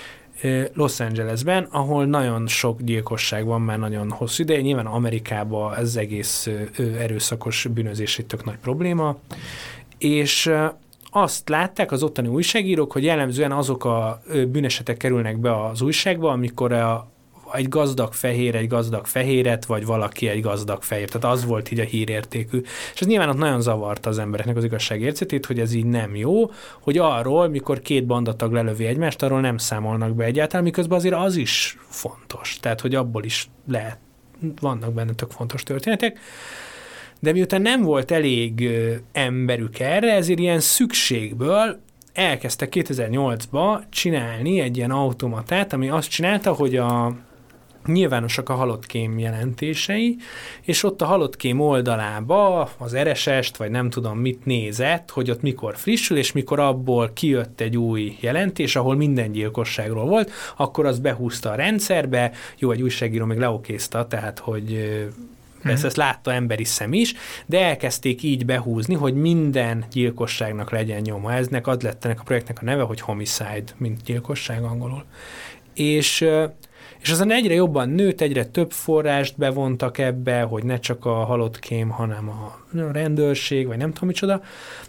Los Angelesben, ahol nagyon sok gyilkosság van már nagyon hosszú ideje. Nyilván Amerikában ez egész erőszakos bűnözés egy tök nagy probléma. És azt látták az ottani újságírók, hogy jellemzően azok a bűnesetek kerülnek be az újságba, amikor a egy gazdag fehér, egy gazdag fehéret, vagy valaki egy gazdag fehér. Tehát az volt így a hírértékű. És ez nyilván ott nagyon zavarta az embereknek az igazságérzetét, hogy ez így nem jó, hogy arról, mikor két bandatag lelövi egymást, arról nem számolnak be egyáltalán, miközben azért az is fontos. Tehát, hogy abból is lehet, vannak benne tök fontos történetek. De miután nem volt elég emberük erre, ezért ilyen szükségből elkezdtek kétezer-nyolcban csinálni egy ilyen automatát, ami azt csinálta, hogy a nyilvánosak a halott kém jelentései, és ott a halott kém oldalába az er es est, vagy nem tudom mit nézett, hogy ott mikor frissül, és mikor abból kijött egy új jelentés, ahol minden gyilkosságról volt, akkor az behúzta a rendszerbe, jó, egy újságíró még leokézta, tehát, hogy ezt, ezt látta emberi szem is, de elkezdték így behúzni, hogy minden gyilkosságnak legyen nyoma. Eznek az lett ennek a projektnek a neve, hogy homicide, mint gyilkosság angolul. És, és azon egyre jobban nőtt, egyre több forrást bevontak ebbe, hogy ne csak a halott kém, hanem a rendőrség, vagy nem tudom micsoda,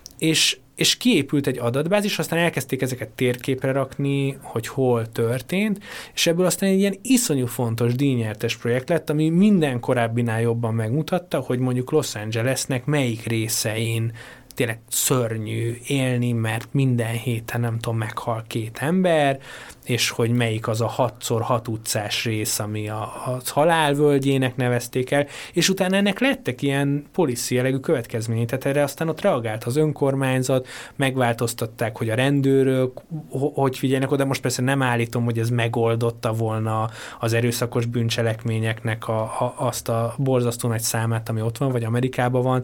és és kiépült egy adatbázis, aztán elkezdték ezeket térképre rakni, hogy hol történt, és ebből aztán egy ilyen iszonyú fontos díjnyertes projekt lett, ami minden korábbinál jobban megmutatta, hogy mondjuk Los Angelesnek melyik részein tényleg szörnyű élni, mert minden héten nem tudom, meghal két ember, és hogy melyik az a hatszor hat utcás rész, ami a, a halálvölgyének nevezték el, és utána ennek lettek ilyen policy jellegű következményei, tehát erre aztán ott reagált az önkormányzat, megváltoztatták, hogy a rendőrök hogy figyelnek oda, most persze nem állítom, hogy ez megoldotta volna az erőszakos bűncselekményeknek a, a, azt a borzasztó nagy számát, ami ott van, vagy Amerikában van,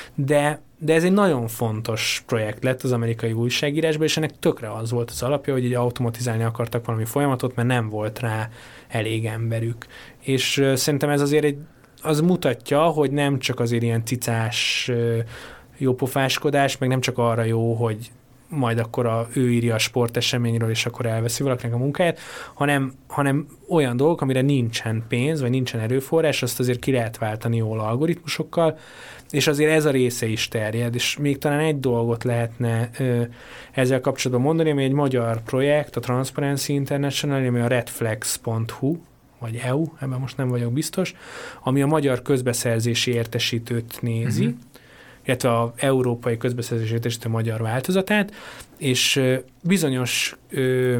de De ez egy nagyon fontos projekt lett az amerikai újságírásban, és ennek tökre az volt az alapja, hogy így automatizálni akartak valami folyamatot, mert nem volt rá elég emberük. És uh, szerintem ez azért egy az mutatja, hogy nem csak azért ilyen cicás jópofáskodás, meg nem csak arra jó, hogy majd akkor a, ő írja a sporteseményről, és akkor elveszi valakinek a munkáját, hanem, hanem olyan dolgok, amire nincsen pénz, vagy nincsen erőforrás, azt azért ki lehet váltani jól algoritmusokkal, és azért ez a része is terjed, és még talán egy dolgot lehetne ö, ezzel kapcsolatban mondani, ami egy magyar projekt, a Transparency International, ami a redflags pont hu, vagy é u, ebben most nem vagyok biztos, ami a magyar közbeszerzési értesítőt nézi, uh-huh. illetve az európai közbeszerzési értesítő magyar változatát, és ö, bizonyos ö,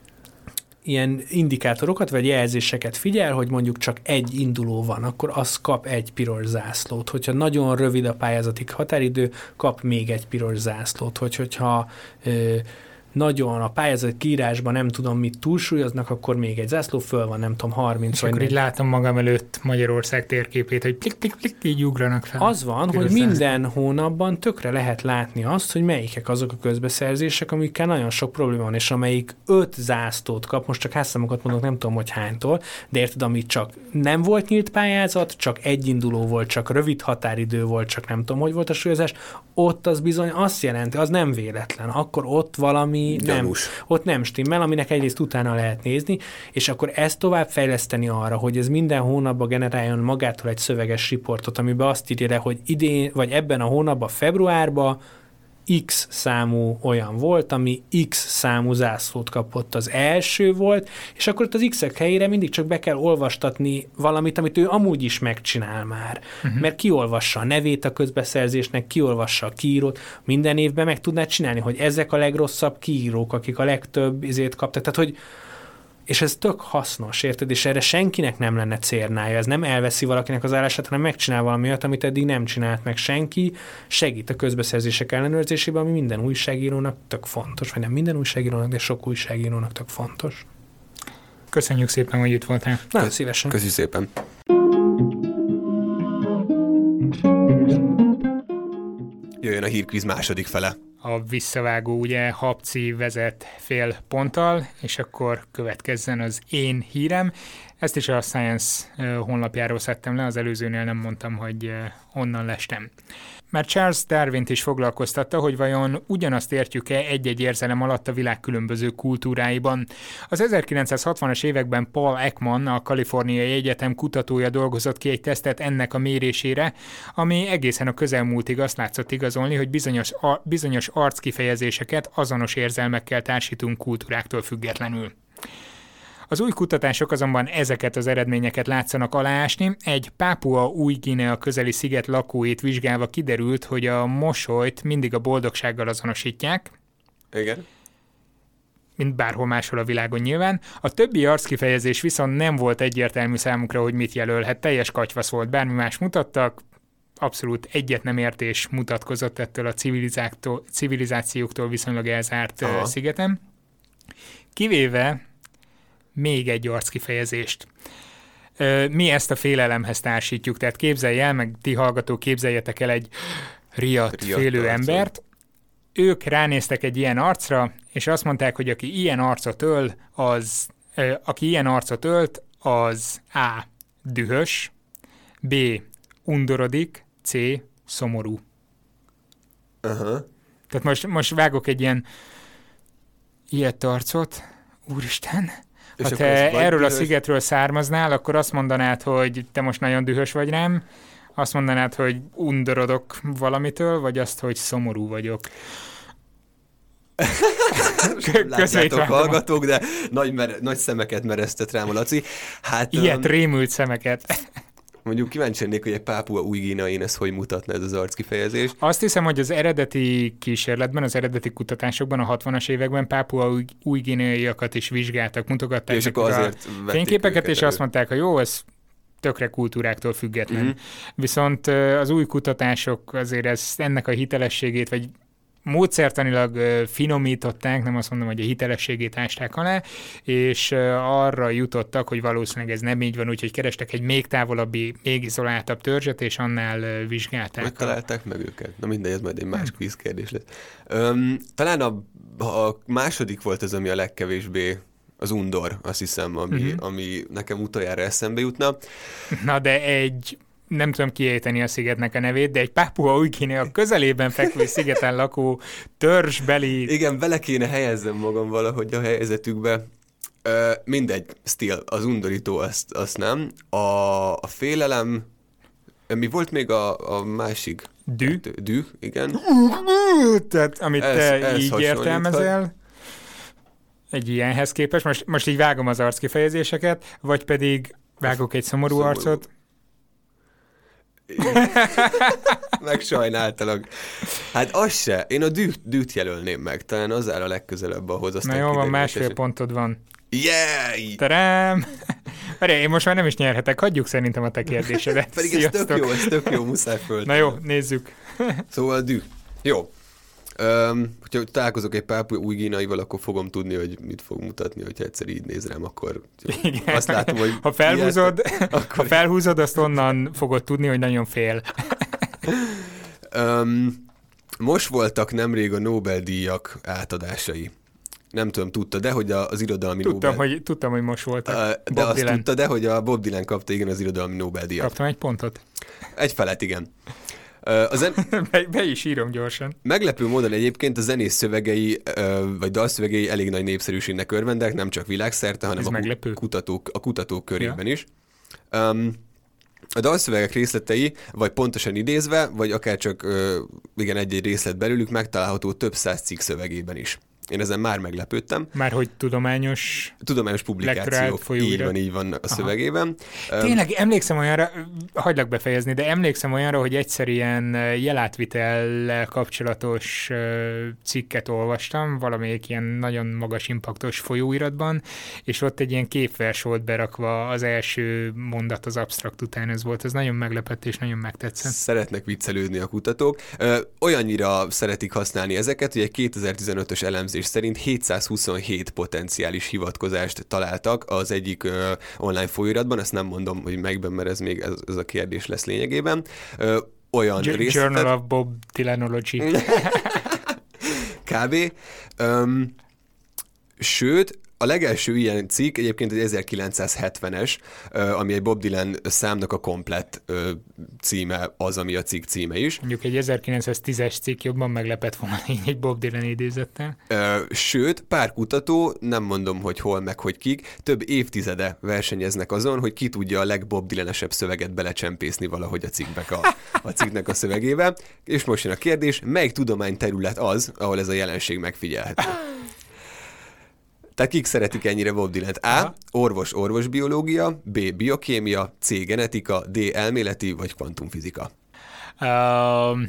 ilyen indikátorokat, vagy jelzéseket figyel, hogy mondjuk csak egy induló van, akkor az kap egy piros zászlót. Hogyha nagyon rövid a pályázati határidő, kap még egy piros zászlót. Hogy, hogyha ö, nagyon a pályázati kiírásban nem tudom mit túlsúlyoznak, akkor még egy zászló föl van, nem tudom, harminc és vagy akkor így látom magam előtt Magyarország térképét, hogy plik, plik, plik, így ugranak fel. Az van, hogy minden hónapban tökre lehet látni azt, hogy melyikek azok a közbeszerzések, amikkel nagyon sok probléma van, és amelyik öt zászlót kap, most csak házszámokat mondok, nem tudom, hogy hánytól, de érted, amit csak nem volt nyílt pályázat, csak egy induló volt, csak rövid határidő volt, csak nem tudom, hogy volt a súlyozás, ott az bizony azt jelenti, az nem véletlen, akkor ott valami nem, ott nem stimmel, aminek egyrészt utána lehet nézni, és akkor ezt tovább fejleszteni arra, hogy ez minden hónapban generáljon magától egy szöveges riportot, amiben azt írja le, hogy idén, vagy ebben a hónapban, februárban X számú olyan volt, ami X számú zászlót kapott, az első volt, és akkor ott az X-ek helyére mindig csak be kell olvastatni valamit, amit ő amúgy is megcsinál már. Uh-huh. Mert kiolvassa a nevét a közbeszerzésnek, kiolvassa a kiírót, minden évben meg tudná csinálni, hogy ezek a legrosszabb kiírók, akik a legtöbb izét kaptak. Tehát, hogy és ez tök hasznos, érted? És erre senkinek nem lenne cérnája. Ez nem elveszi valakinek az állását, hanem megcsinál valami olyat, amit eddig nem csinált meg senki. Segít a közbeszerzések ellenőrzésében, ami minden újságírónak tök fontos. Vagy nem minden újságírónak, de sok újságírónak tök fontos. Köszönjük szépen, hogy itt voltál. Nagyon szívesen. Köszönjük szépen. Jöjjön a hírkvíz második fele. A visszavágó ugye Habci vezet fél ponttal, és akkor következzen az én hírem. Ezt is a Science honlapjáról szedtem le, az előzőnél nem mondtam, hogy honnan lestem. Mert Charles Darwint is foglalkoztatta, hogy vajon ugyanazt értjük-e egy-egy érzelem alatt a világ különböző kultúráiban. Az ezerkilencszázhatvanas években Paul Ekman, a Kaliforniai Egyetem kutatója dolgozott ki egy tesztet ennek a mérésére, ami egészen a közelmúltig azt látszott igazolni, hogy bizonyos, a, bizonyos arckifejezéseket azonos érzelmekkel társítunk kultúráktól függetlenül. Az új kutatások azonban ezeket az eredményeket látszanak aláásni. Egy Pápua Új-Guinea közeli sziget lakóit vizsgálva kiderült, hogy a mosolyt mindig a boldogsággal azonosítják. Igen. Mint bárhol máshol a világon nyilván. A többi arckifejezés viszont nem volt egyértelmű számukra, hogy mit jelölhet. Teljes katyvasz volt, bármi más mutattak. Abszolút egyet nem értés mutatkozott ettől a civilizációktól viszonylag elzárt Aha. szigetem. Kivéve még egy arckifejezést. Mi ezt a félelemhez társítjuk, tehát képzelj el, meg ti hallgatók képzeljetek el egy riadt, riadt félő arcot. embert. Ők ránéztek egy ilyen arcra, és azt mondták, hogy aki ilyen arcot öl, az, aki ilyen arcot ölt, az A. dühös, B. undorodik, C. szomorú. Uh-huh. Tehát most, most vágok egy ilyen ilyet arcot, úristen, ha te erről dühös. a szigetről származnál, akkor azt mondanád, hogy te most nagyon dühös vagy rám, azt mondanád, hogy undorodok valamitől, vagy azt, hogy szomorú vagyok. Látjátok, hallgatók, de nagy, mere, nagy szemeket meresztett rám a Laci. Hát, Ilyet um, rémült szemeket. Mondjuk kíváncsi lennék, hogy egy Pápua Új-Guineain ez hogy mutatna ez az arckifejezés. Azt hiszem, hogy az eredeti kísérletben, az eredeti kutatásokban a hatvanas években Pápua Új-Guineaiakat is vizsgáltak, mutogatták és akkor azért a fényképeket, és elő. Azt mondták, hogy jó, ez tökre kultúráktól független. Mm-hmm. Viszont az új kutatások azért ez, ennek a hitelességét, vagy módszertanilag finomították, nem azt mondom, hogy a hitelességét ásták alá, és arra jutottak, hogy valószínűleg ez nem így van, úgyhogy kerestek egy még távolabbi, még izoláltabb törzset, és annál vizsgálták. Megtalálták a... meg őket. Na mindegy, ez majd egy más kvíz kérdés lesz. Öm, talán a, a második volt az, ami a legkevésbé az undor, azt hiszem, ami, uh-huh. ami nekem utoljára eszembe jutna. Na de egy nem tudom kiejteni a szigetnek a nevét, de egy Pápua Új-Guinea közelében fekvő szigeten lakó törzsbeli... Igen, bele kéne helyezzem magam valahogy a helyzetükbe. Ö, mindegy, still, az undorító, azt, azt nem. A, a félelem, mi volt még a, a másik? Dű. Dű, igen. Tehát, amit ez, te ez így értelmezel, egy ilyenhez képest, most, most így vágom az arckifejezéseket, vagy pedig vágok egy szomorú, szomorú. arcot. Megsajnáltalak. Hát az se. Én a dű, dűt jelölném meg. Talán az áll a legközelebb ahhoz. Na jó, van, másfél pontod van. Yeah! Terem! Várjál, én most már nem is nyerhetek, hagyjuk szerintem a te kérdésedet. Pedig ez tök jó, ez tök jó, muszáj föl. Na jó, nézzük. Szóval dű. Jó. Um, hogyha találkozok egy Pápua Új-Guineaival, akkor fogom tudni, hogy mit fog mutatni, hogyha egyszer így néz rám, akkor igen. Azt látom, hogy... Ha felhúzod, ilyet, akkor... ha felhúzod, azt onnan fogod tudni, hogy nagyon fél. um, most voltak nemrég a Nobel-díjak átadásai. Nem tudom, tudta, de hogy az irodalmi tudtam, Nobel... Hogy, tudtam, hogy most voltak. Uh, de Bob azt Dylan. Tudta, de hogy a Bob Dylan kapta, igen, az irodalmi Nobel-díjat. Kaptam egy pontot? Egy felet, igen. Uh, a zen... be, be is írom gyorsan. Meglepő módon egyébként a zenész szövegei, uh, vagy dalszövegei elég nagy népszerűségnek örvendek, nem csak világszerte, hanem a kutatók, a kutatók körében ja. is. Um, a dalszövegek részletei, vagy pontosan idézve, vagy akár csak uh, igen, egy-egy részlet belőlük megtalálható több száz cikk szövegében is. Én ezen már meglepődtem. Már hogy tudományos... Tudományos publikációk, így van, így van a Aha. szövegében. Tényleg emlékszem olyanra, hagylak befejezni, de emlékszem olyanra, hogy egyszer ilyen jelátvitellel kapcsolatos cikket olvastam, valamelyik ilyen nagyon magas impaktos folyóiratban, és ott egy ilyen képvers volt berakva az első mondat az absztrakt után, ez volt, ez nagyon meglepett és nagyon megtetszett. Szeretnek viccelődni a kutatók. Olyannyira szeretik használni ezeket, hogy egy kétezer-tizenötös elemzés szerint hétszázhuszonhét potenciális hivatkozást találtak az egyik uh, online folyóiratban, ezt nem mondom, hogy melyikben, mert ez még ez, ez a kérdés lesz lényegében. Uh, olyan J- részletet... Journal of Bob Dylanology. Kb. Um, sőt, a legelső ilyen cikk egyébként egy ezerkilencszázhetvenes, ami egy Bob Dylan számnak a komplett címe, az, ami a cikk címe is. Mondjuk egy ezerkilencszáztízes cikk jobban meglepett volna egy Bob Dylan idézettel. Sőt, pár kutató, nem mondom, hogy hol meg, hogy kik, több évtizede versenyeznek azon, hogy ki tudja a legbob Dylanesebb szöveget belecsempészni valahogy a cikknek a, a cikknek a szövegébe. És most jön a kérdés, melyik tudományterület az, ahol ez a jelenség megfigyelhető? Tehát kik szeretik ennyire Bob Dylant? A. Orvos, orvosbiológia, B. Biokémia, C. Genetika, D. Elméleti vagy kvantumfizika. Um,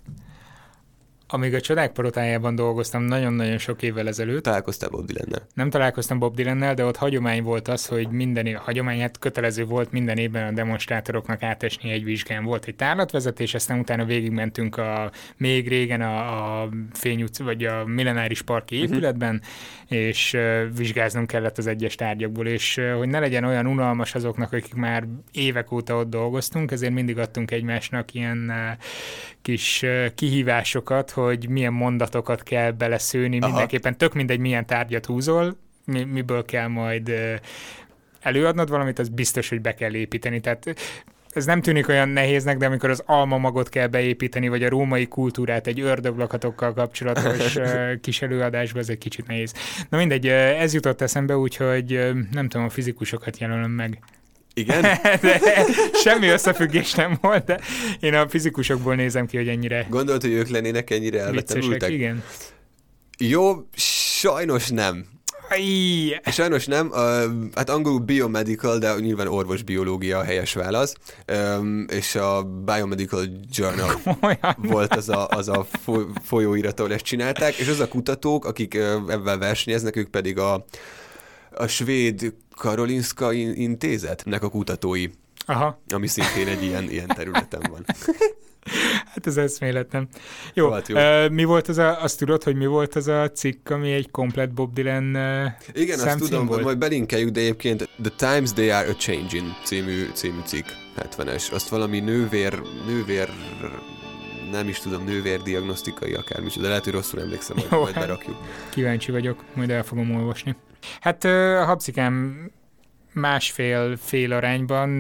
amíg a Csodák palotájában dolgoztam nagyon-nagyon sok évvel ezelőtt. Találkoztál Bob Dylannel? Nem találkoztam Bob Dylannel, de ott hagyomány volt az, hogy minden év, hagyomány, hát kötelező volt minden évben a demonstrátoroknak átesni egy vizsgán. Volt egy tárlatvezetés, aztán utána végigmentünk a még régen a, a Fény utca, vagy a Millenáris Parki épületben, uh-huh. és uh, vizsgáznunk kellett az egyes tárgyakból, és uh, hogy ne legyen olyan unalmas azoknak, akik már évek óta ott dolgoztunk, ezért mindig adtunk egymásnak ilyen uh, kis uh, kihívásokat, hogy milyen mondatokat kell beleszőni, Aha. mindenképpen tök mindegy, milyen tárgyat húzol, mi, miből kell majd uh, előadnod valamit, az biztos, hogy be kell építeni. Tehát ez nem tűnik olyan nehéznek, de amikor az almamagot kell beépíteni, vagy a római kultúrát egy ördöglakatokkal kapcsolatos uh, kis előadásba, ez egy kicsit nehéz. Na mindegy, uh, ez jutott eszembe, úgyhogy uh, nem tudom, a fizikusokat jelölöm meg. Igen? De semmi összefüggés nem volt, de én a fizikusokból nézem ki, hogy ennyire Gondolt, hogy ők lennének ennyire elvetemültek? Igen. Jó, sajnos nem. Ajj. Sajnos nem, uh, hát angolul biomedical, de nyilván orvosbiológia a helyes válasz, um, és a Biomedical Journal volt az a, az a folyóirat, ahol ezt csinálták, és az a kutatók, akik uh, ebben versenyeznek, ők pedig a, a svéd Karolinska Intézetnek a kutatói, Aha. ami szintén egy ilyen, ilyen területen van. Hát ez eszméletlen. Jó, hát jó. Uh, mi volt az a, azt tudod, hogy mi volt az a cikk, ami egy komplett Bob Dylan uh, Igen, azt tudom, volt? Majd belinkeljük, de egyébként The Times They Are a Changing című, című cikk, hetvenes. Azt valami nővér, nővér, nem is tudom, nővérdiagnosztikai akármicsoda, de lehet, hogy rosszul emlékszem, hogy majd berakjuk. Kíváncsi vagyok, majd el fogom olvasni. Hát uh, a habcikám másfél fél arányban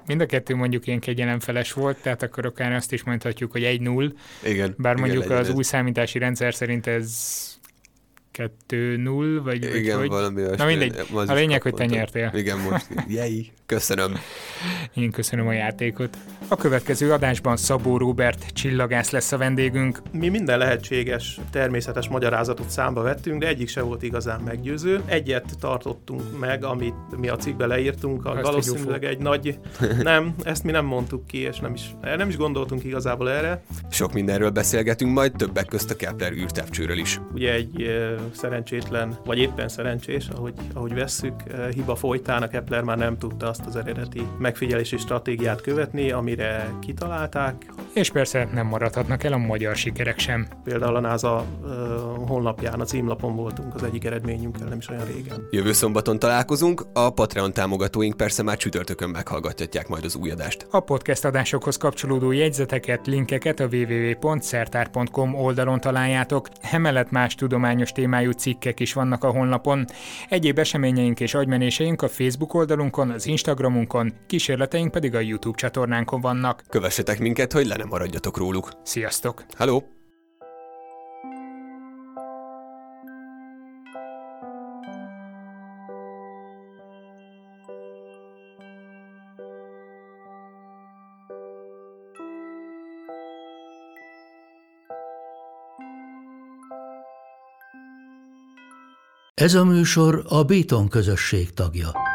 mind a kettő mondjuk ilyen kegyelemfeles volt, tehát akkor akár azt is mondhatjuk, hogy egy null. Igen. Bár igen, mondjuk az ez. új számítási rendszer szerint ez kettő null, vagy, igen, vagy valami hogy... Na mindegy, a lényeg, hogy te nyertél. Igen, most. Jej, köszönöm. Én köszönöm a játékot. A következő adásban Szabó Róbert csillagász lesz a vendégünk. Mi minden lehetséges természetes magyarázatot számba vettünk, de egyik se volt igazán meggyőző. Egyet tartottunk meg, amit mi a cikkbe leírtunk, a valószínűleg egy nagy... Nem, ezt mi nem mondtuk ki, és nem is, nem is gondoltunk igazából erre. Sok mindenről beszélgetünk, majd többek közt a Kepler űrtávcsőről is. Ugye egy e, szerencsétlen, vagy éppen szerencsés, ahogy, ahogy vesszük, e, hiba folytán a Kepler már nem tudta azt az eredeti megfigyelési stratégiát követni, amire kitalálták. És persze nem maradhatnak el a magyar sikerek sem. Például a NASA uh, honlapján, a címlapon voltunk az egyik eredményünkkel, nem is olyan régen. Jövő szombaton találkozunk, a Patreon támogatóink persze már csütörtökön meghallgathatják majd az új adást. A podcast adásokhoz kapcsolódó jegyzeteket, linkeket a double-u double-u double-u pont szertár pont com oldalon találjátok. Emellett más tudományos témájú cikkek is vannak a honlapon. Egyéb eseményeink és agymenéseink a Facebook oldalunkon, az Instagramunkon, kísérleteink pedig a YouTube csatornánkon vannak. Kövessetek minket, hogy le ne maradjatok róluk. Sziasztok! Hello! Ez a műsor a Béton közösség tagja.